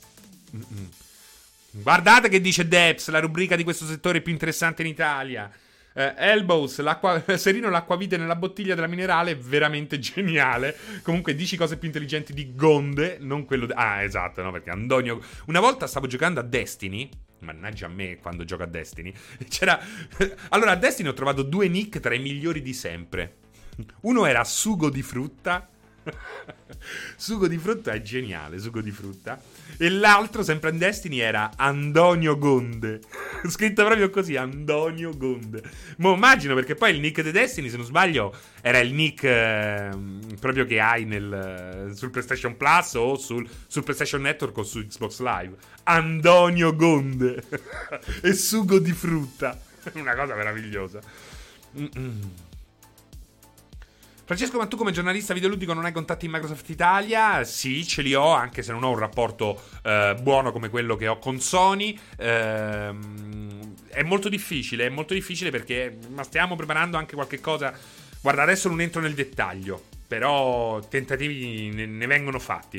Guardate che dice Debs, la rubrica di questo settore più interessante in Italia. Elbows: Serino, l'acquavite nella bottiglia della minerale è veramente geniale. Comunque dici cose più intelligenti di Gonde, non quello esatto, no, perché Antonio, una volta stavo giocando a Destiny, mannaggia a me quando gioco a Destiny, allora a Destiny ho trovato due nick tra i migliori di sempre. Uno era Sugo di frutta. Sugo di frutta è geniale, sugo di frutta. E l'altro, sempre in Destiny, era Antonio Gonde. Scritto proprio così, Antonio Gonde. Mo immagino, perché poi il nick di Destiny, se non sbaglio, era il nick proprio che hai sul PlayStation Plus o sul PlayStation Network o su Xbox Live. Antonio Gonde. E sugo di frutta. Una cosa meravigliosa. Francesco: ma tu come giornalista videoludico non hai contatti in Microsoft Italia? Sì, ce li ho, anche se non ho un rapporto buono come quello che ho con Sony. È molto difficile perché, ma stiamo preparando anche qualche cosa. Guarda, adesso non entro nel dettaglio. Però tentativi ne vengono fatti.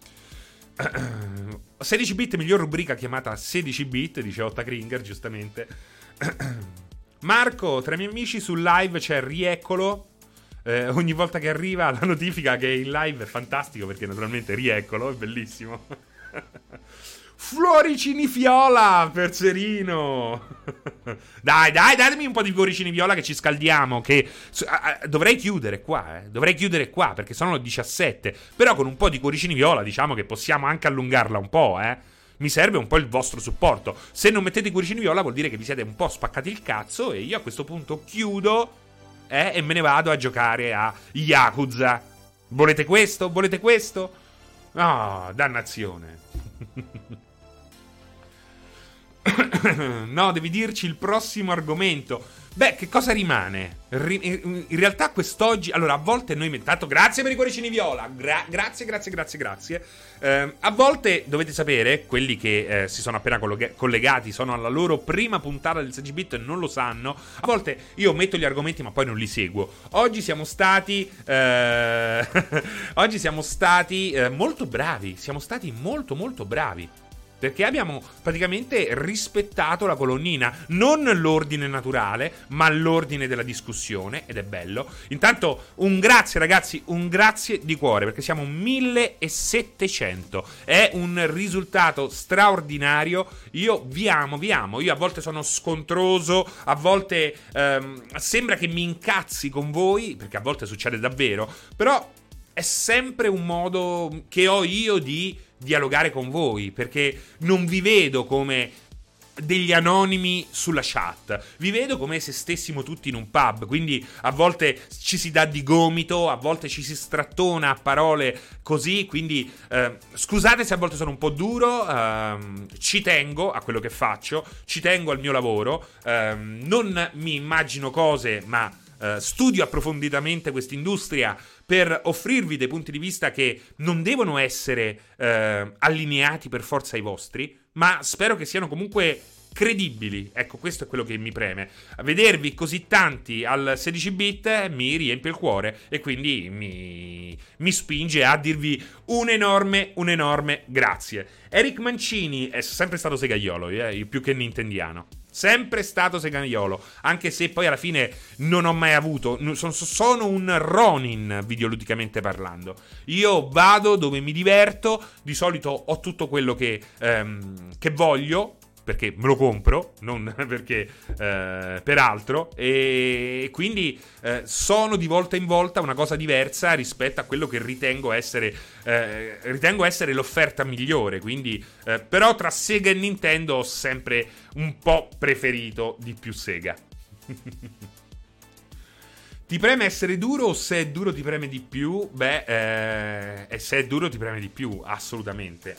16 bit, miglior rubrica chiamata 16 bit, dice Otta Kringer, giustamente. Marco, tra i miei amici sul live c'è Rieccolo. Ogni volta che arriva la notifica che è in live è fantastico, perché naturalmente Rieccolo è bellissimo. Floricini viola per Serino. Dai, datemi un po' di cuoricini viola che ci scaldiamo. Che dovrei chiudere qua, perché sono le 17. Però con un po' di cuoricini viola diciamo che possiamo anche allungarla un po', Mi serve un po' il vostro supporto. Se non mettete i cuoricini viola vuol dire che vi siete un po' spaccati il cazzo. E io a questo punto chiudo e me ne vado a giocare a Yakuza. Volete questo? No, dannazione. No, devi dirci il prossimo argomento. Beh, che cosa rimane? In realtà quest'oggi... Allora, a volte noi... Tanto grazie per i cuoricini viola. Grazie. A volte, dovete sapere, quelli che si sono appena collegati, sono alla loro prima puntata del 16-bit e non lo sanno. A volte io metto gli argomenti ma poi non li seguo. Oggi siamo stati... Oggi siamo stati molto bravi. Siamo stati molto bravi. Perché abbiamo praticamente rispettato la colonnina. Non l'ordine naturale, ma l'ordine della discussione. Ed è bello. Intanto un grazie ragazzi, un grazie di cuore, perché siamo 1700. È un risultato straordinario. Io vi amo. Io a volte sono scontroso, a volte sembra che mi incazzi con voi, perché a volte succede davvero. Però è sempre un modo che ho io di dialogare con voi, perché non vi vedo come degli anonimi sulla chat, vi vedo come se stessimo tutti in un pub, quindi a volte ci si dà di gomito, a volte ci si strattona a parole così, quindi scusate se a volte sono un po' duro, ci tengo a quello che faccio, ci tengo al mio lavoro, non mi immagino cose, ma studio approfonditamente quest'industria per offrirvi dei punti di vista che non devono essere allineati per forza ai vostri, ma spero che siano comunque credibili. Ecco, questo è quello che mi preme. Vedervi così tanti al 16-bit mi riempie il cuore e quindi mi spinge a dirvi un enorme grazie. Eric Mancini è sempre stato segaiolo, più che nintendiano. Sempre stato segaiolo, anche se poi alla fine non ho mai avuto, sono un Ronin videoludicamente parlando. Io vado dove mi diverto, di solito ho tutto quello che voglio, perché me lo compro, non perché per altro, e quindi sono di volta in volta una cosa diversa rispetto a quello che ritengo essere l'offerta migliore, quindi però tra Sega e Nintendo ho sempre un po' preferito di più Sega. Ti preme essere duro o se è duro ti preme di più? Beh, se è duro ti preme di più, assolutamente.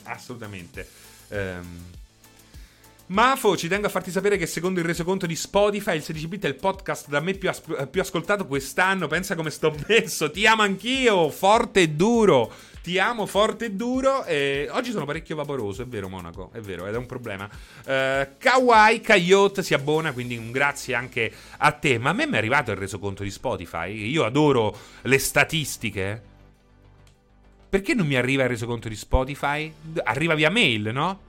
Mafo, ci tengo a farti sapere che secondo il resoconto di Spotify il 16-bit è il podcast da me più ascoltato quest'anno. Pensa come sto messo. Ti amo anch'io, forte e duro. Ti amo forte e duro. E oggi sono parecchio vaporoso, è vero Monaco, è vero, ed è un problema. Kawaii Coyote si abbona, quindi un grazie anche a te. Ma a me mi è arrivato il resoconto di Spotify. Io adoro le statistiche. Perché non mi arriva il resoconto di Spotify? Arriva via mail, no?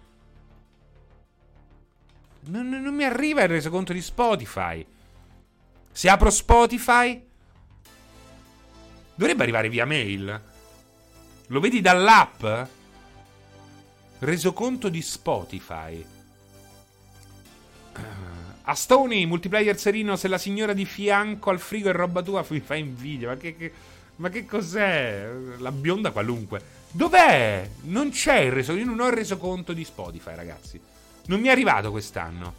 Non mi arriva il resoconto di Spotify. Se apro Spotify dovrebbe arrivare via mail. Lo vedi dall'app? Resoconto di Spotify. A Stony, multiplayer serino, se la signora di fianco al frigo è roba tua, mi fa invidia. Ma che cos'è? La bionda qualunque. Dov'è? Non c'è il resoconto. Io non ho il resoconto di Spotify, ragazzi. Non mi è arrivato quest'anno.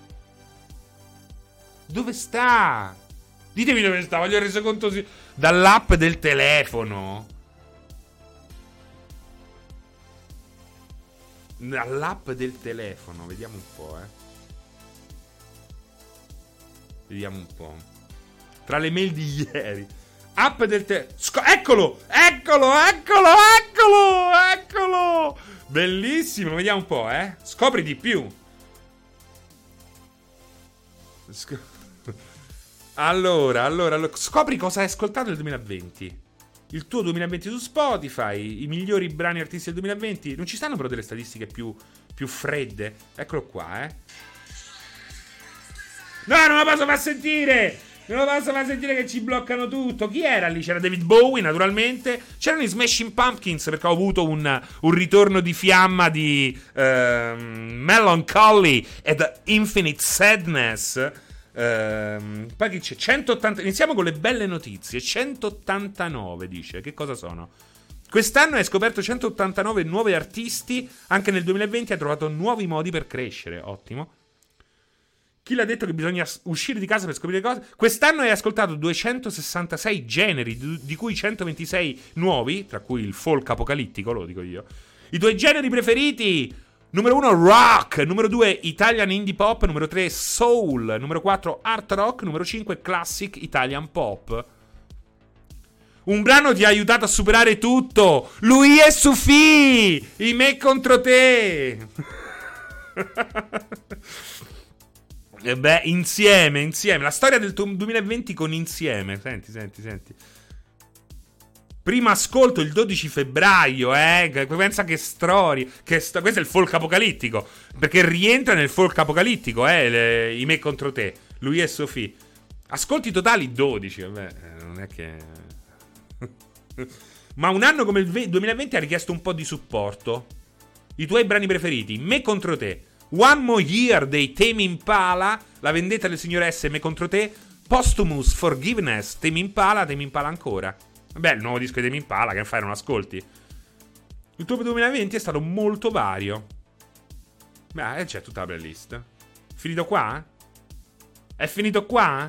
Dove sta? Ditemi dove sta, voglio il resoconto dall'app del telefono. Dall'app del telefono, vediamo un po', Vediamo un po'. Tra le mail di ieri. App del telefono. Eccolo! Bellissimo, vediamo un po', Scopri di più. Allora, scopri cosa hai ascoltato nel 2020. il tuo 2020 su Spotify, i migliori brani artisti del 2020. Non ci stanno però delle statistiche più fredde? Eccolo qua, No, non lo posso far sentire! Non lo posso far sentire che ci bloccano tutto. Chi era lì? C'era David Bowie, naturalmente. C'erano i Smashing Pumpkins, perché ho avuto un ritorno di fiamma di Melancholy e The Infinite Sadness. Poi chi c'è? 180. Iniziamo con le belle notizie. 189 dice. Che cosa sono? Quest'anno hai scoperto 189 nuovi artisti. Anche nel 2020 ha trovato nuovi modi per crescere. Ottimo. Chi l'ha detto che bisogna uscire di casa per scoprire cose? Quest'anno hai ascoltato 266 generi, di cui 126 nuovi, tra cui il folk apocalittico, lo dico io. I tuoi generi preferiti: numero 1 rock, numero 2 Italian indie pop, numero 3 soul, numero 4 art rock, numero 5 classic Italian pop. Un brano ti ha aiutato a superare tutto. Lui e Sufi, i me contro te. E beh, insieme. La storia del 2020 con Insieme. Senti. Primo ascolto il 12 febbraio, pensa che storia. Questo è il folk apocalittico. Perché rientra nel folk apocalittico, i me contro te. Lui e Sofì. Ascolti totali 12. Vabbè, non è che... Ma un anno come il 2020 ha richiesto un po' di supporto. I tuoi brani preferiti: Me contro te, One More Year dei Tame Impala, La vendetta delle signoresse, Me contro te, Posthumous, Forgiveness, Tame Impala ancora. Beh, il nuovo disco di Tame Impala, che fai, non ascolti? Il tuo 2020 è stato molto vario. Beh, c'è tutta la playlist. Finito qua? È finito qua?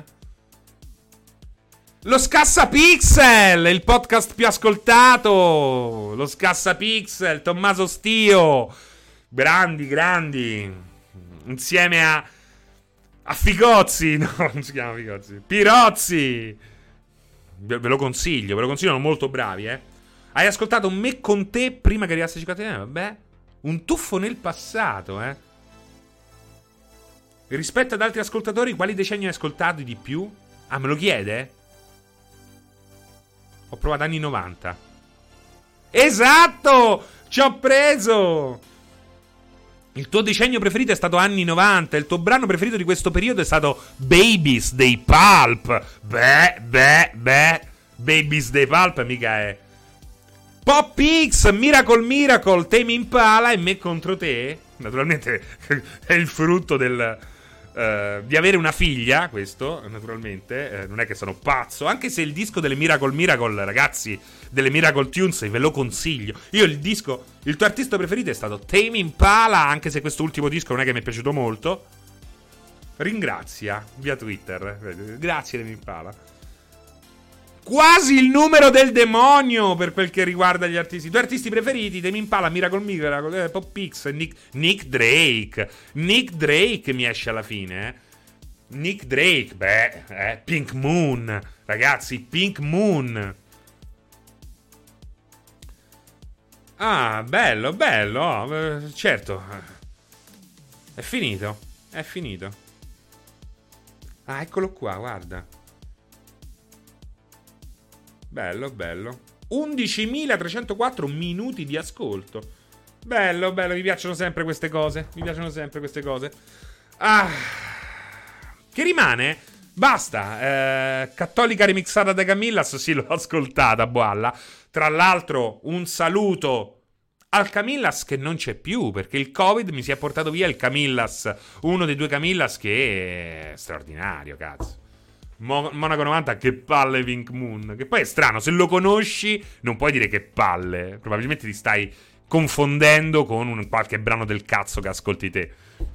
Lo Scassapixel, il podcast più ascoltato. Lo Scassapixel, Tommaso Stio. Grandi. Insieme a Figozzi. No, non si chiama Figozzi. Pirozzi. Ve lo consiglio, sono molto bravi, Hai ascoltato Me con te prima che arrivasse Cicatena? Vabbè. Un tuffo nel passato, Rispetto ad altri ascoltatori, quali decenni hai ascoltato di più? Ah, me lo chiede? Ho provato anni 90. Esatto! Ci ho preso! Il tuo decennio preferito è stato anni 90. Il tuo brano preferito di questo periodo è stato Babies dei Pulp. Beh. Babies dei Pulp mica è. Pop X, Miracle, Tame Impala e Me contro te. Naturalmente è il frutto di avere una figlia, questo, naturalmente. Non è che sono pazzo. Anche se il disco delle Miracle, ragazzi, delle Miracle Tunes, ve lo consiglio. Io il tuo artista preferito è stato Tame Impala, anche se questo ultimo disco non è che mi è piaciuto molto. Ringrazia via Twitter. Grazie Tame Impala. Quasi il numero del demonio per quel che riguarda gli artisti. I tuoi artisti preferiti: Tame Impala, Miracle, Pop X, Nick Drake. Nick Drake mi esce alla fine, Nick Drake, Pink Moon. Ragazzi, Pink Moon. Ah, bello, certo. È finito. Ah, eccolo qua, guarda. Bello. 11.304 minuti di ascolto. Bello, mi piacciono sempre queste cose. Ah, che rimane? Basta. Cattolica remixata da Camillas. Sì, l'ho ascoltata, Boalla. Tra l'altro, un saluto al Camillas che non c'è più, perché il Covid mi si è portato via il Camillas, uno dei due Camillas, che è straordinario, cazzo. Monaco 90, che palle Pink Moon. Che poi è strano, se lo conosci non puoi dire che palle. Probabilmente ti stai confondendo con qualche brano del cazzo che ascolti te.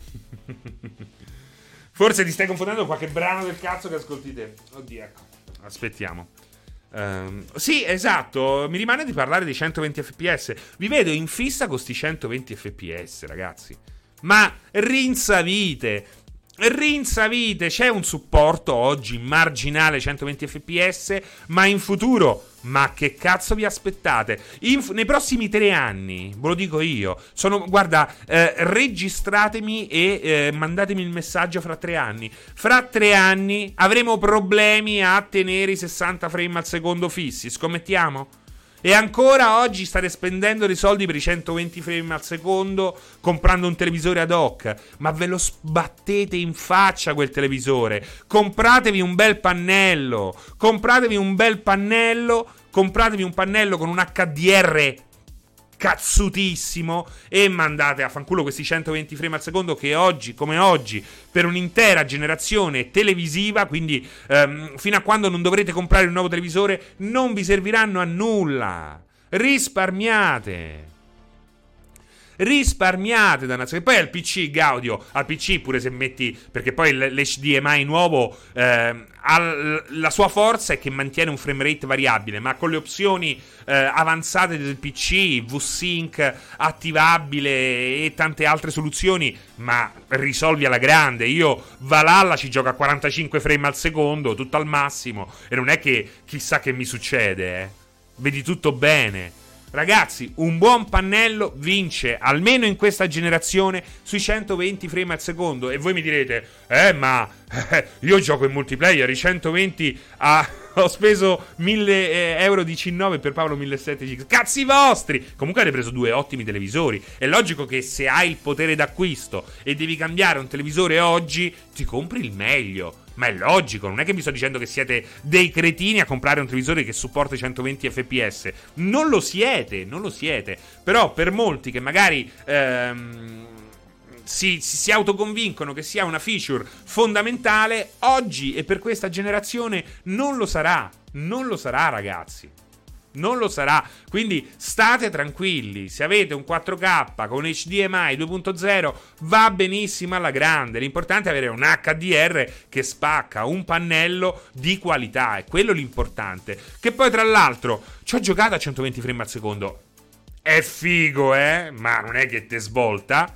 Forse ti stai confondendo con qualche brano del cazzo che ascolti te. Oddio, ecco. Aspettiamo. Sì, esatto. Mi rimane di parlare dei 120 fps. Vi vedo in fissa con sti 120 fps, ragazzi. Ma rinsavite. C'è un supporto oggi marginale 120 fps, ma in futuro, ma che cazzo vi aspettate? Nei prossimi 3 anni, ve lo dico io, guarda, registratemi e mandatemi il messaggio fra 3 anni. Fra 3 anni avremo problemi a tenere i 60 frame al secondo fissi, scommettiamo? E ancora oggi state spendendo dei soldi per i 120 frame al secondo comprando un televisore ad hoc. Ma ve lo sbattete in faccia quel televisore. Compratevi un bel pannello. Compratevi un pannello con un HDR cazzutissimo e mandate a fanculo questi 120 frame al secondo che oggi, come oggi, per un'intera generazione televisiva, quindi fino a quando non dovrete comprare un nuovo televisore, non vi serviranno a nulla. Risparmiate, dannazione. E poi al PC, Gaudio, al PC pure se metti, perché poi l'HDMI nuovo la sua forza è che mantiene un frame rate variabile, ma con le opzioni avanzate del PC, VSync attivabile e tante altre soluzioni, ma risolvi alla grande. Io Valhalla ci gioco a 45 frame al secondo, tutto al massimo, e non è che chissà che mi succede, vedi tutto bene. Ragazzi, un buon pannello vince, almeno in questa generazione, sui 120 frame al secondo. E voi mi direte, io gioco in multiplayer, i 120 ho speso 1.000 euro di C9 per Paolo 1700X. Cazzi vostri! Comunque avete preso 2 ottimi televisori. È logico che se hai il potere d'acquisto e devi cambiare un televisore oggi, ti compri il meglio. Ma è logico, non è che vi sto dicendo che siete dei cretini a comprare un televisore che supporta i 120 fps. Non lo siete. Però per molti che magari si autoconvincono che sia una feature fondamentale, oggi e per questa generazione non lo sarà, ragazzi. Non lo sarà, quindi state tranquilli. Se avete un 4K con HDMI 2.0 va benissimo alla grande. L'importante è avere un HDR che spacca, un pannello di qualità, è quello l'importante. Che poi tra l'altro ci ho giocato a 120 frame al secondo, è figo, ma non è che te svolta.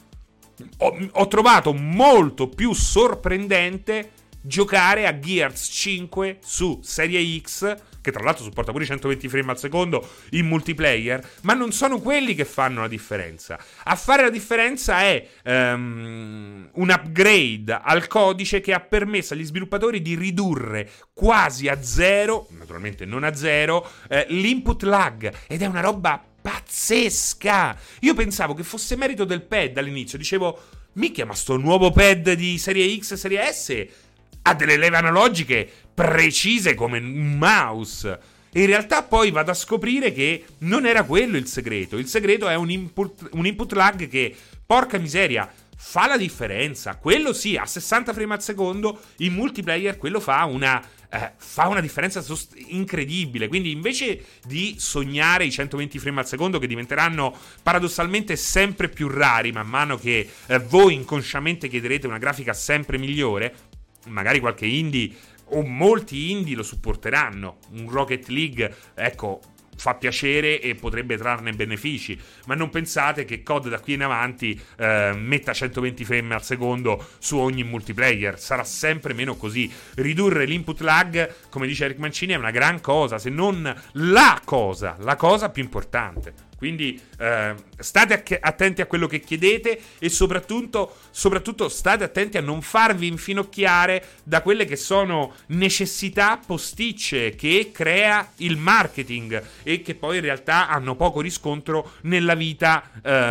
Ho trovato molto più sorprendente giocare a Gears 5 su Serie X, che tra l'altro supporta pure i 120 frame al secondo in multiplayer, ma non sono quelli che fanno la differenza. A fare la differenza è un upgrade al codice che ha permesso agli sviluppatori di ridurre quasi a zero, naturalmente non a zero, l'input lag, ed è una roba pazzesca. Io pensavo che fosse merito del pad all'inizio, dicevo, minchia, ma sto nuovo pad di Serie X e Serie S ha delle leve analogiche precise come un mouse. E in realtà poi vado a scoprire che non era quello il segreto. Il segreto è un input lag che, porca miseria, fa la differenza. Quello sì, a 60 frame al secondo in multiplayer quello fa una differenza incredibile. Quindi invece di sognare i 120 frame al secondo, che diventeranno paradossalmente sempre più rari man mano che voi inconsciamente chiederete una grafica sempre migliore, magari qualche indie o molti indie lo supporteranno. Un Rocket League, ecco, fa piacere e potrebbe trarne benefici, ma non pensate che COD da qui in avanti metta 120 frame al secondo su ogni multiplayer. Sarà sempre meno così. Ridurre l'input lag, come dice Eric Mancini, è una gran cosa, se non la cosa più importante. Quindi state attenti a quello che chiedete e soprattutto state attenti a non farvi infinocchiare da quelle che sono necessità posticce che crea il marketing e che poi in realtà hanno poco riscontro nella vita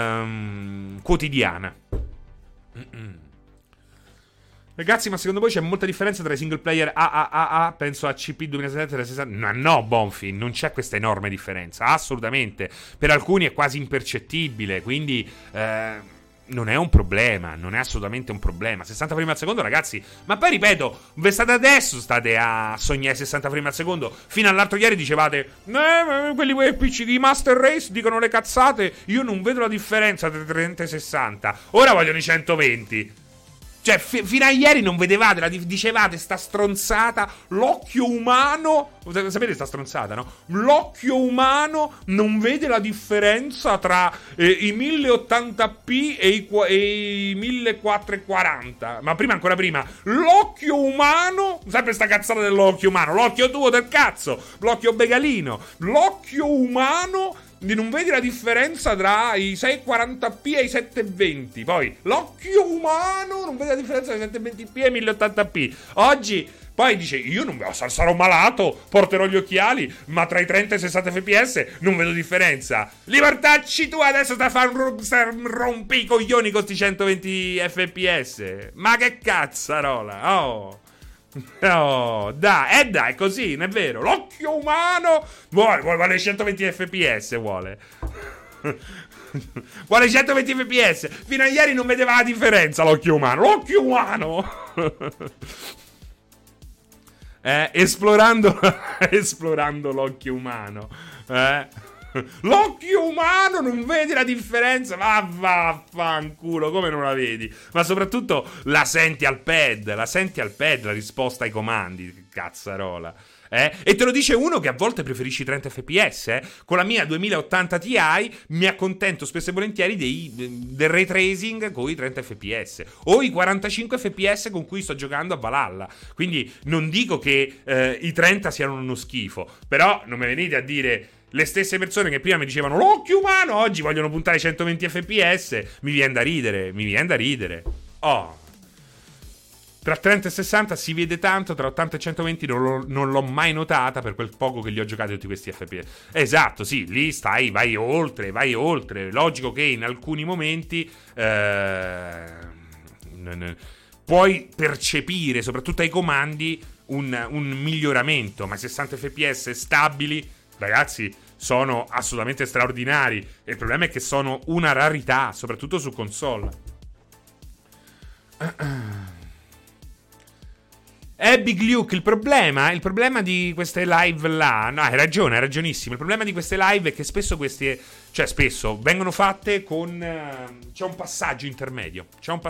quotidiana. Ragazzi, ma secondo voi c'è molta differenza tra i single player AAA, penso a CP 2007 no, Bonfi, non c'è questa enorme differenza, assolutamente. Per alcuni è quasi impercettibile, quindi non è un problema, non è assolutamente un problema. 60 frame al secondo, ragazzi, ma poi ripeto, state a sognare 60 frame al secondo. Fino all'altro ieri dicevate, quelli PC di Master Race dicono le cazzate, io non vedo la differenza tra 30 e 60. Ora vogliono i 120. Cioè, fino a ieri non vedevate, dicevate sta stronzata, l'occhio umano, sapete sta stronzata, no? L'occhio umano non vede la differenza tra i 1080p e i 1440. Ma ancora prima, l'occhio umano, sempre sta cazzata dell'occhio umano, l'occhio tuo del cazzo, l'occhio begalino, l'occhio umano non vedi la differenza tra i 640p e i 720. Poi l'occhio umano non vede la differenza tra i 720p e i 1080p. Oggi Poi dice, io non sarò malato, porterò gli occhiali, ma tra i 30 e i 60 fps non vedo differenza. Libertacci tua adesso sta a fare rompi i coglioni con sti 120 fps. Ma che cazzarola, oh. Oh, dai, dai, così, non è vero. L'occhio umano vuole 120 fps, vuole. Vuole 120 fps. Fino a ieri non vedeva la differenza l'occhio umano. L'occhio umano. Esplorando l'occhio umano. L'occhio umano non vedi la differenza? Ma vaffanculo, come non la vedi? Ma soprattutto la senti al pad la risposta ai comandi, cazzarola. E te lo dice uno che a volte preferisci 30 fps. Con la mia 2080 Ti mi accontento spesso e volentieri del ray tracing con i 30 fps o i 45 fps con cui sto giocando a Valhalla. Quindi non dico che i 30 siano uno schifo, però non mi venite a dire... Le stesse persone che prima mi dicevano l'occhio umano oggi vogliono puntare 120 fps. Mi viene da ridere. Oh. Tra 30 e 60 si vede tanto, tra 80 e 120 non l'ho mai notata per quel poco che li ho giocati tutti questi FPS. Esatto, sì, lì stai, vai oltre. Logico che in alcuni momenti puoi percepire, soprattutto ai comandi, un miglioramento, ma 60 fps stabili, ragazzi, sono assolutamente straordinari. E il problema è che sono una rarità, soprattutto su console. Big Luke, il problema di queste live là, no, hai ragionissimo. Il problema di queste live è che spesso vengono fatte con c'è un passaggio intermedio.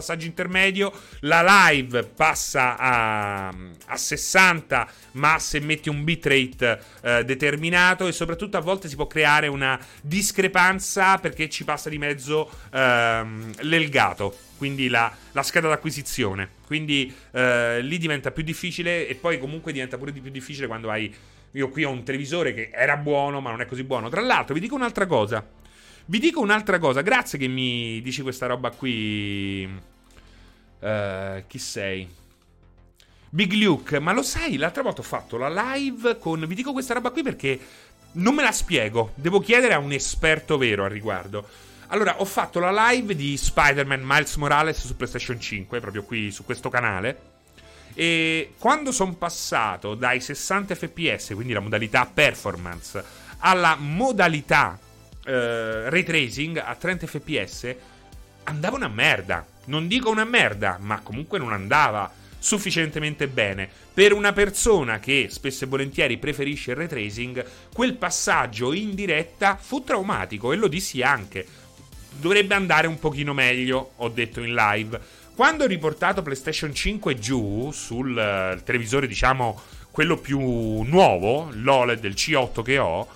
La live passa a 60, ma se metti un bitrate determinato, e soprattutto a volte si può creare una discrepanza perché ci passa di mezzo l'Elgato, quindi la scheda d'acquisizione. Quindi lì diventa più difficile, e poi comunque diventa pure di più difficile quando hai... Io qui ho un televisore che era buono, ma non è così buono. Tra l'altro vi dico un'altra cosa, grazie che mi dici questa roba qui. Chi sei? Big Luke, ma lo sai, l'altra volta ho fatto la live con... Vi dico questa roba qui perché non me la spiego, devo chiedere a un esperto vero al riguardo. Allora, ho fatto la live di Spider-Man Miles Morales su PlayStation 5, proprio qui su questo canale, e quando sono passato dai 60 fps, quindi la modalità performance, alla modalità ray tracing a 30 fps, andava una merda. Non dico una merda, ma comunque non andava sufficientemente bene. Per una persona che spesso e volentieri preferisce il ray tracing, quel passaggio in diretta fu traumatico, e lo dissi anche. Dovrebbe andare un pochino meglio, ho detto in live. Quando ho riportato PlayStation 5 giù sul televisore, diciamo quello più nuovo, l'OLED del C8 che ho,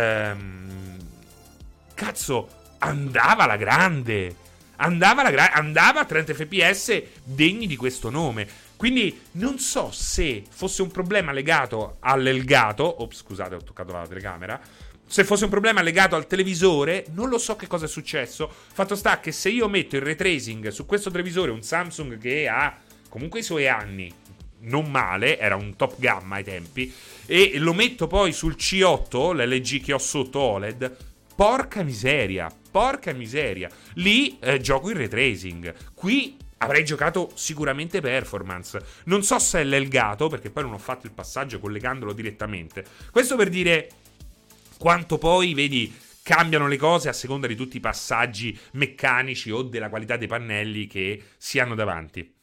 cazzo, andava alla grande. Andava a 30 fps degni di questo nome. Quindi non so se fosse un problema legato all'Elgato. Ops, scusate, ho toccato la telecamera. Se fosse un problema legato al televisore, non lo so che cosa è successo. Fatto sta che se io metto il ray tracing su questo televisore, un Samsung che ha comunque i suoi anni, non male, era un top gamma ai tempi, e lo metto poi sul C8, l'LG che ho sotto OLED, porca miseria. Lì gioco il ray tracing. Qui avrei giocato sicuramente performance. Non so se è l'Elgato, perché poi non ho fatto il passaggio collegandolo direttamente. Questo per dire quanto poi, vedi, cambiano le cose a seconda di tutti i passaggi meccanici o della qualità dei pannelli che si hanno davanti.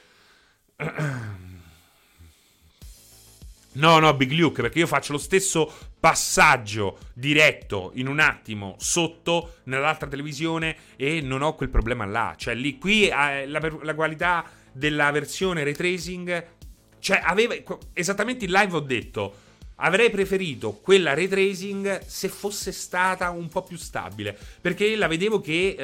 No, Big Luke, perché io faccio lo stesso passaggio diretto in un attimo sotto nell'altra televisione e non ho quel problema là. Cioè lì, qui la qualità della versione ray tracing, cioè aveva esattamente in live ho detto avrei preferito quella ray tracing se fosse stata un po' più stabile, perché la vedevo che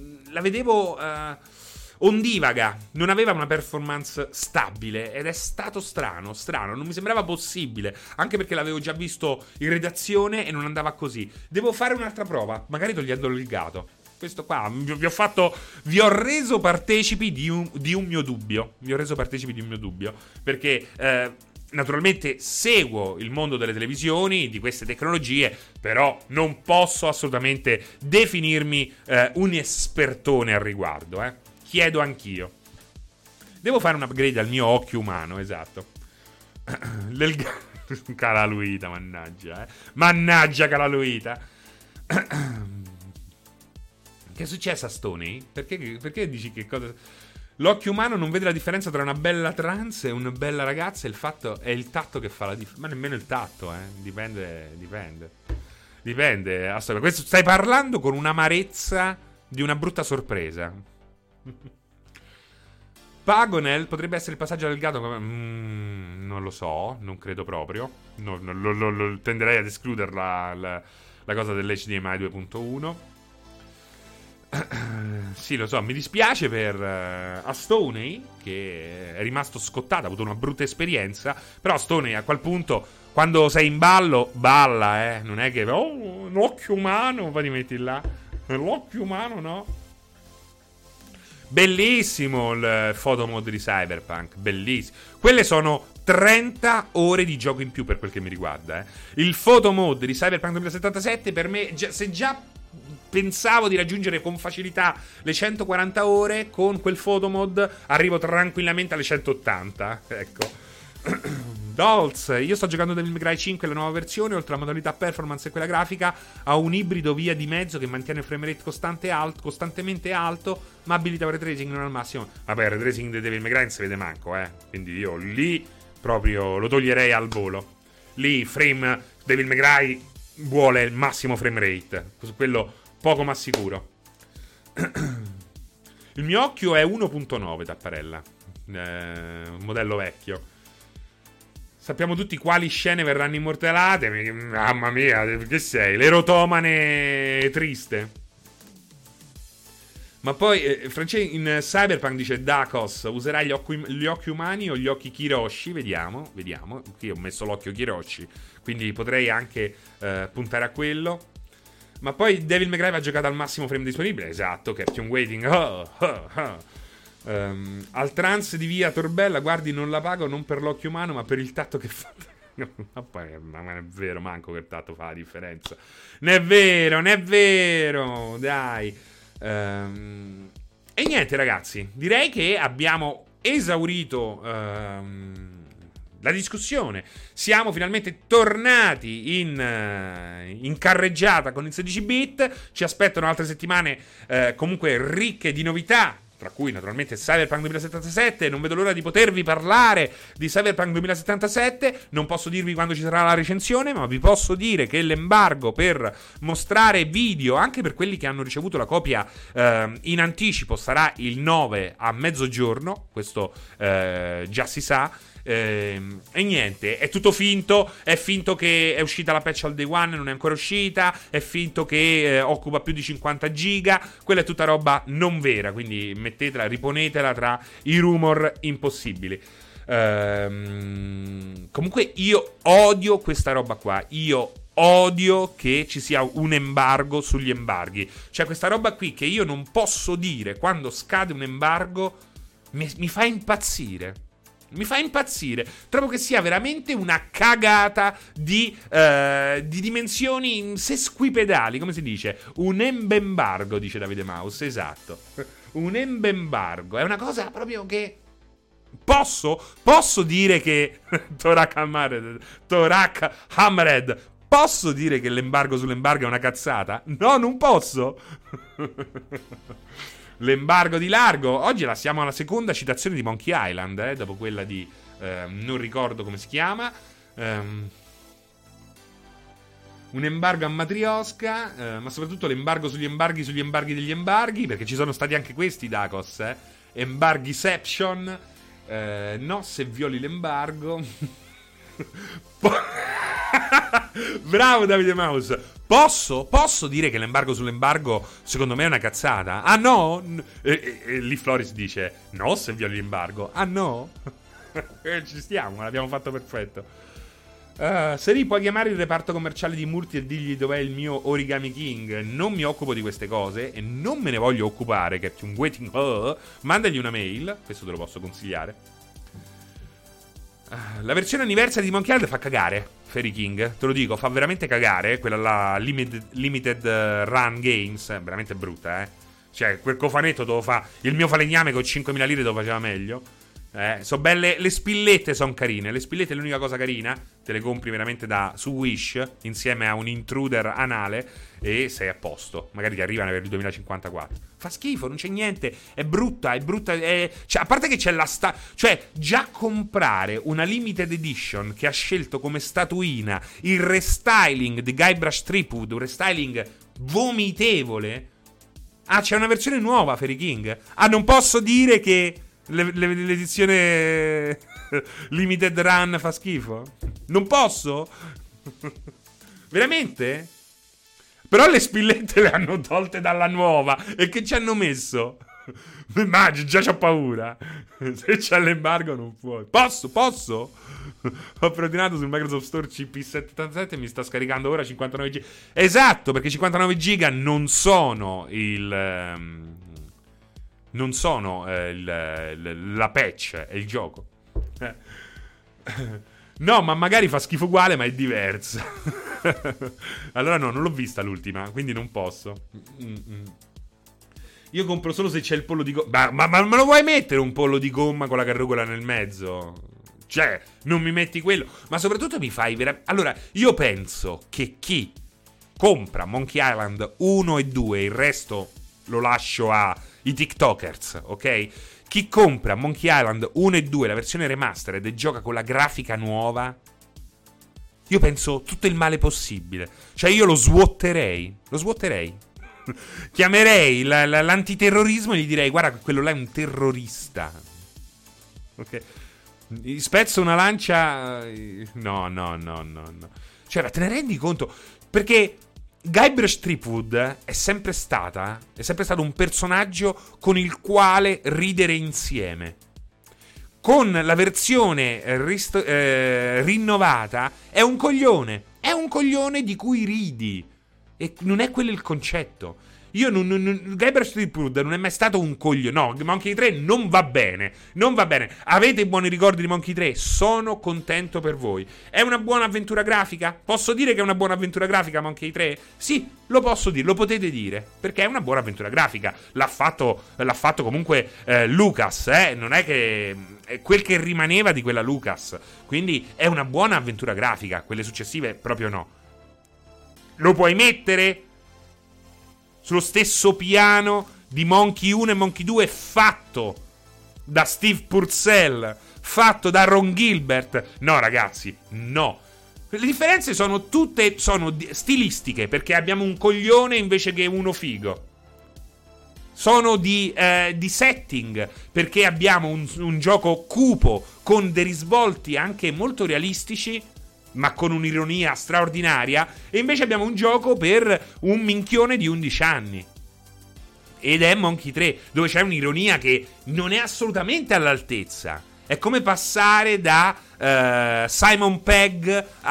ondivaga, non aveva una performance stabile, ed è stato strano, non mi sembrava possibile, anche perché l'avevo già visto in redazione e non andava così. Devo fare un'altra prova, magari togliendolo il gato. Questo qua vi ho reso partecipi di un mio dubbio. Perché Naturalmente seguo il mondo delle televisioni, di queste tecnologie, però non posso assolutamente definirmi un espertone al riguardo. Chiedo anch'io. Devo fare un upgrade al mio occhio umano, esatto. Calaluita, mannaggia, Mannaggia Calaluita. Che è successo a Stoney? Perché dici che cosa... L'occhio umano non vede la differenza tra una bella trans e una bella ragazza. Il fatto è il tatto che fa la differenza. Ma nemmeno il tatto, Dipende. Assolutamente. Questo, stai parlando con un'amarezza di una brutta sorpresa. Pagonel potrebbe essere il passaggio del gatto. Non lo so, non credo proprio. Tenderei ad escluderla la cosa dell'HDMI 2.1. Sì, lo so, mi dispiace per Astoney, che è rimasto scottato, ha avuto una brutta esperienza. Però Astoney a quel punto, quando sei in ballo, balla, non è che l'occhio umano, poi ti metti là. L'occhio umano, no? Bellissimo il photo mode di Cyberpunk, bellissimo. Quelle sono 30 ore di gioco in più per quel che mi riguarda. Il photo mode di Cyberpunk 2077 per me, se già pensavo di raggiungere con facilità le 140 ore, con quel photo mode arrivo tranquillamente alle 180. Ecco. Dolz, io sto giocando Devil May Cry 5, la nuova versione, oltre alla modalità performance e quella grafica, ha un ibrido via di mezzo che mantiene il frame rate costantemente alto, ma abilita il ray tracing non al massimo. Vabbè, il ray tracing di Devil May Cry non si vede manco, quindi io lì proprio lo toglierei al volo. Lì frame Devil May Cry vuole il massimo frame rate, su quello poco ma sicuro. Il mio occhio è 1.9 tapparella, un modello vecchio. Sappiamo tutti quali scene verranno immortalate. Mamma mia, che sei? L'erotomane triste. Ma poi in Cyberpunk dice Dakos, userai gli occhi umani o gli occhi Kiroshi? Vediamo. Qui ho messo l'occhio Kiroshi, quindi potrei anche puntare a quello. Ma poi Devil May Cry va giocato al massimo frame disponibile. Esatto, Captain Waiting. Al trans di via Torbella, guardi, non la pago non per l'occhio umano ma per il tatto che fa. Ma poi non è vero manco che il tatto fa la differenza. Non è vero, dai. E niente ragazzi, direi che abbiamo esaurito la discussione. Siamo finalmente tornati in carreggiata con il 16 bit. Ci aspettano altre settimane comunque ricche di novità, tra cui naturalmente Cyberpunk 2077. Non vedo l'ora di potervi parlare di Cyberpunk 2077. Non posso dirvi quando ci sarà la recensione, ma vi posso dire che l'embargo per mostrare video, anche per quelli che hanno ricevuto la copia in anticipo, sarà il 9 a mezzogiorno. Questo già si sa. E niente, è tutto finto. È finto che è uscita la patch al day one, non è ancora uscita. È finto che occupa più di 50 giga. Quella è tutta roba non vera, quindi mettetela, riponetela tra i rumor impossibili. Comunque io odio questa roba qua. Io odio che ci sia un embargo sugli embarghi. Cioè questa roba qui che io non posso dire quando scade un embargo mi fa impazzire. Mi fa impazzire. Trovo che sia veramente una cagata di dimensioni sesquipedali. Come si dice? Un embembargo, dice Davide Mouse. Esatto. Un embembargo. È una cosa proprio che... Posso dire che... Torak Hammered. Posso dire che l'embargo sull'embargo è una cazzata? No, non posso. L'embargo di largo. Oggi siamo alla seconda citazione di Monkey Island, dopo quella di non ricordo come si chiama. Un embargo a Matrioska, ma soprattutto l'embargo sugli embarghi degli embarghi, perché ci sono stati anche questi, Dakos, Embarghiception. No, se violi l'embargo. Bravo Davide Mouse. Posso dire che l'embargo sull'embargo secondo me è una cazzata? Ah no? E lì Floris dice no se violi l'embargo. Ah no? Ci stiamo, l'abbiamo fatto perfetto. Seri, puoi chiamare il reparto commerciale di Murti e digli dov'è il mio Origami King. Non mi occupo di queste cose e non me ne voglio occupare, che è un waiting. Mandagli una mail, questo te lo posso consigliare. La versione anniversary di Monkey Island fa cagare, Fairy King, te lo dico, fa veramente cagare. Quella là, Limited Run Games, è veramente brutta, Cioè, quel cofanetto dove fa il mio falegname con 5.000 lire dove faceva meglio. So belle, le spillette sono carine. Le spillette è l'unica cosa carina. Te le compri veramente su Wish insieme a un intruder anale e sei a posto. Magari ti arrivano per il 2054. Fa schifo, non c'è niente. È brutta. Cioè, a parte che c'è cioè, già comprare una limited edition che ha scelto come statuina il restyling di Guybrush Threepwood, un restyling vomitevole. Ah, c'è una versione nuova, Fairy King. Ah, non posso dire che l'edizione Limited Run fa schifo? Non posso? Veramente? Però le spillette le hanno tolte dalla nuova. E che ci hanno messo? Immagino, già c'ho paura. Se c'è l'embargo non puoi. Posso? Ho preordinato sul Microsoft Store CP77 e mi sta scaricando ora 59 giga. Esatto, perché 59 giga non sono la patch, è il gioco. No, ma magari fa schifo uguale, ma è diversa. Allora no, non l'ho vista l'ultima, quindi non posso. Io compro solo se c'è il pollo di gomma. Ma me lo vuoi mettere un pollo di gomma con la carrucola nel mezzo? Cioè, non mi metti quello. Ma soprattutto mi fai Allora, io penso che chi compra Monkey Island 1 e 2, il resto lo lascio ai TikTokers, ok? Chi compra Monkey Island 1 e 2, la versione remastered, e gioca con la grafica nuova, io penso tutto il male possibile. Cioè, io lo svuoterei. Chiamerei l'antiterrorismo e gli direi: guarda, quello là è un terrorista. Ok? Gli spezzo una lancia. No. Cioè, ma te ne rendi conto? Perché Guybrush Threepwood è sempre stato un personaggio con il quale ridere insieme. Con la versione rinnovata è un coglione di cui ridi. E non è quello il concetto. Guybrush Threepwood non è mai stato un coglione. No, Monkey 3 non va bene. Avete buoni ricordi di Monkey 3? Sono contento per voi. È una buona avventura grafica? Posso dire che è una buona avventura grafica Monkey 3? Sì, lo posso dire, lo potete dire, perché è una buona avventura grafica. L'ha fatto comunque Lucas, non è che è quel che rimaneva di quella Lucas. Quindi è una buona avventura grafica. Quelle successive proprio no. Lo puoi mettere sullo stesso piano di Monkey 1 e Monkey 2, fatto da Steve Purcell, fatto da Ron Gilbert? No, ragazzi, no. Le differenze sono stilistiche, perché abbiamo un coglione invece che uno figo. Sono di setting, perché abbiamo un gioco cupo con dei risvolti anche molto realistici, ma con un'ironia straordinaria. E invece abbiamo un gioco per un minchione di 11 anni. Ed è Monkey 3, dove c'è un'ironia che non è assolutamente all'altezza. È come passare da Simon Pegg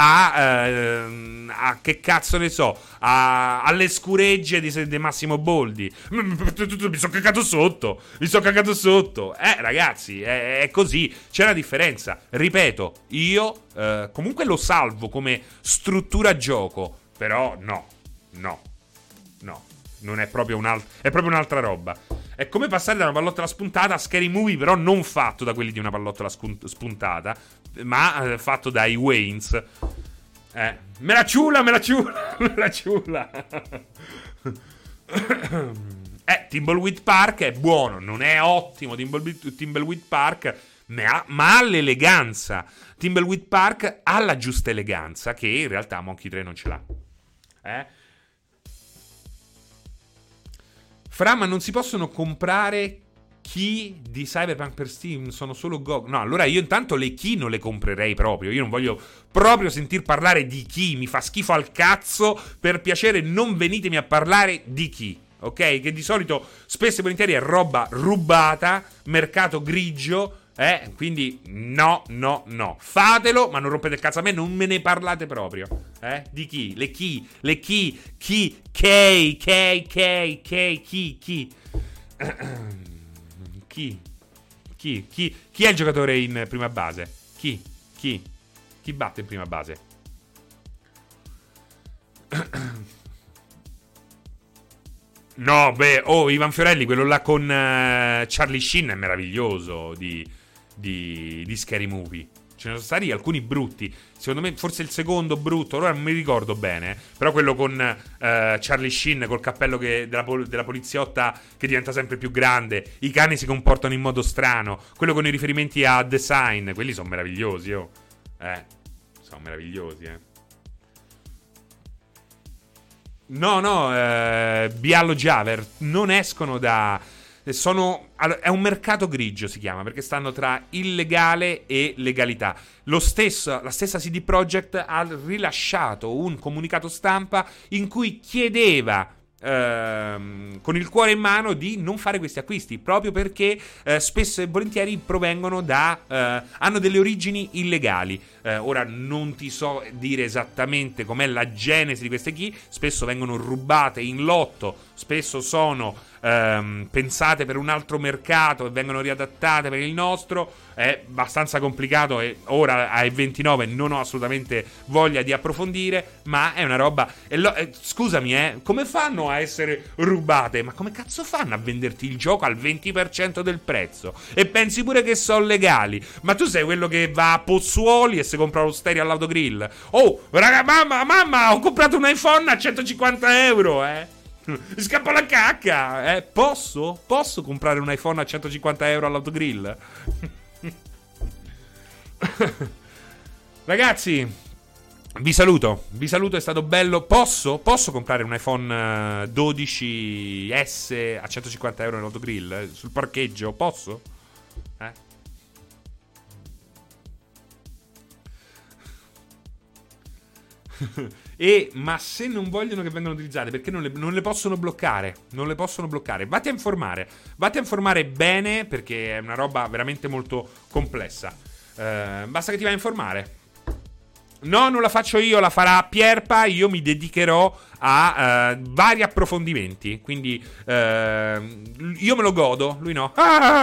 a che cazzo ne so, alle scuregge di Massimo Boldi. Mi sono cagato sotto. Ragazzi, è così. C'è una differenza. Ripeto, io comunque lo salvo come struttura gioco, però no. Non è proprio è proprio un'altra roba. È come passare da una pallottola spuntata a Scary Movie, però non fatto da quelli di una pallottola spuntata, ma fatto dai Waynes. Me la ciula. Thimbleweed Park è buono, non è ottimo Thimbleweed Park, ma ha l'eleganza. Thimbleweed Park ha la giusta eleganza, che in realtà Monkey 3 non ce l'ha. Fra, ma non si possono comprare key di Cyberpunk per Steam? Sono solo GOG. No, allora io intanto le key non le comprerei proprio. Io non voglio proprio sentir parlare di key. Mi fa schifo al cazzo. Per piacere, non venitemi a parlare di key, ok? Che di solito spesso e volentieri è roba rubata, mercato grigio. Quindi no. Fatelo, ma non rompete il cazzo a me, non me ne parlate proprio. Di chi? Le chi? Chi è il giocatore in prima base? Chi? Chi? Chi batte in prima base? No, beh, Ivan Fiorelli, quello là con Charlie Sheen è meraviglioso di Scary Movie. Ce ne sono stati alcuni brutti. Secondo me, forse il secondo brutto, ora non mi ricordo bene. Però quello con Charlie Sheen, col cappello della poliziotta che diventa sempre più grande. I cani si comportano in modo strano. Quello con i riferimenti a design. Quelli sono meravigliosi, oh. Sono meravigliosi, No, Biallo Javer non escono da... è un mercato grigio, si chiama, perché stanno tra illegale e legalità. La stessa CD Projekt ha rilasciato un comunicato stampa in cui chiedeva con il cuore in mano di non fare questi acquisti, proprio perché spesso e volentieri provengono hanno delle origini illegali. Ora non ti so dire esattamente com'è la genesi di queste key. Spesso vengono rubate in lotto, spesso sono pensate per un altro mercato e vengono riadattate per il nostro. È abbastanza complicato e ora a E29 non ho assolutamente voglia di approfondire, ma è una roba... scusami, come fanno a essere rubate? Ma come cazzo fanno a venderti il gioco al 20% del prezzo? E pensi pure che sono legali? Ma tu sei quello che va a Pozzuoli e si compra lo stereo all'autogrill? Oh, raga, mamma, ho comprato un iPhone a 150 euro, Mi scappa la cacca, Posso comprare un iPhone a 150 euro all'autogrill? Ragazzi, vi saluto, è stato bello. Posso comprare un iPhone 12S a 150 euro nell'autogrill? Sul parcheggio? Posso? Ma se non vogliono che vengano utilizzate, perché non le possono bloccare? Non le possono bloccare. Vatti a informare bene, perché è una roba veramente molto complessa. Basta che ti vai a informare. No, non la faccio io, la farà Pierpa. Io mi dedicherò a vari approfondimenti. Quindi io me lo godo, lui no.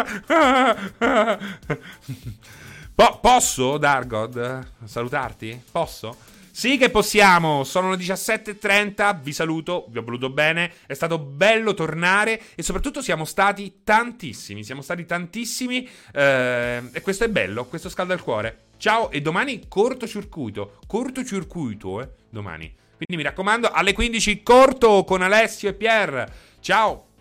Posso, Dargod, salutarti? Posso? Sì che possiamo, sono le 17:30, vi saluto, vi ho voluto bene, è stato bello tornare e soprattutto siamo stati tantissimi e questo è bello, questo scalda il cuore. Ciao e domani cortocircuito, domani. Quindi mi raccomando, alle 15 corto con Alessio e Pier. Ciao!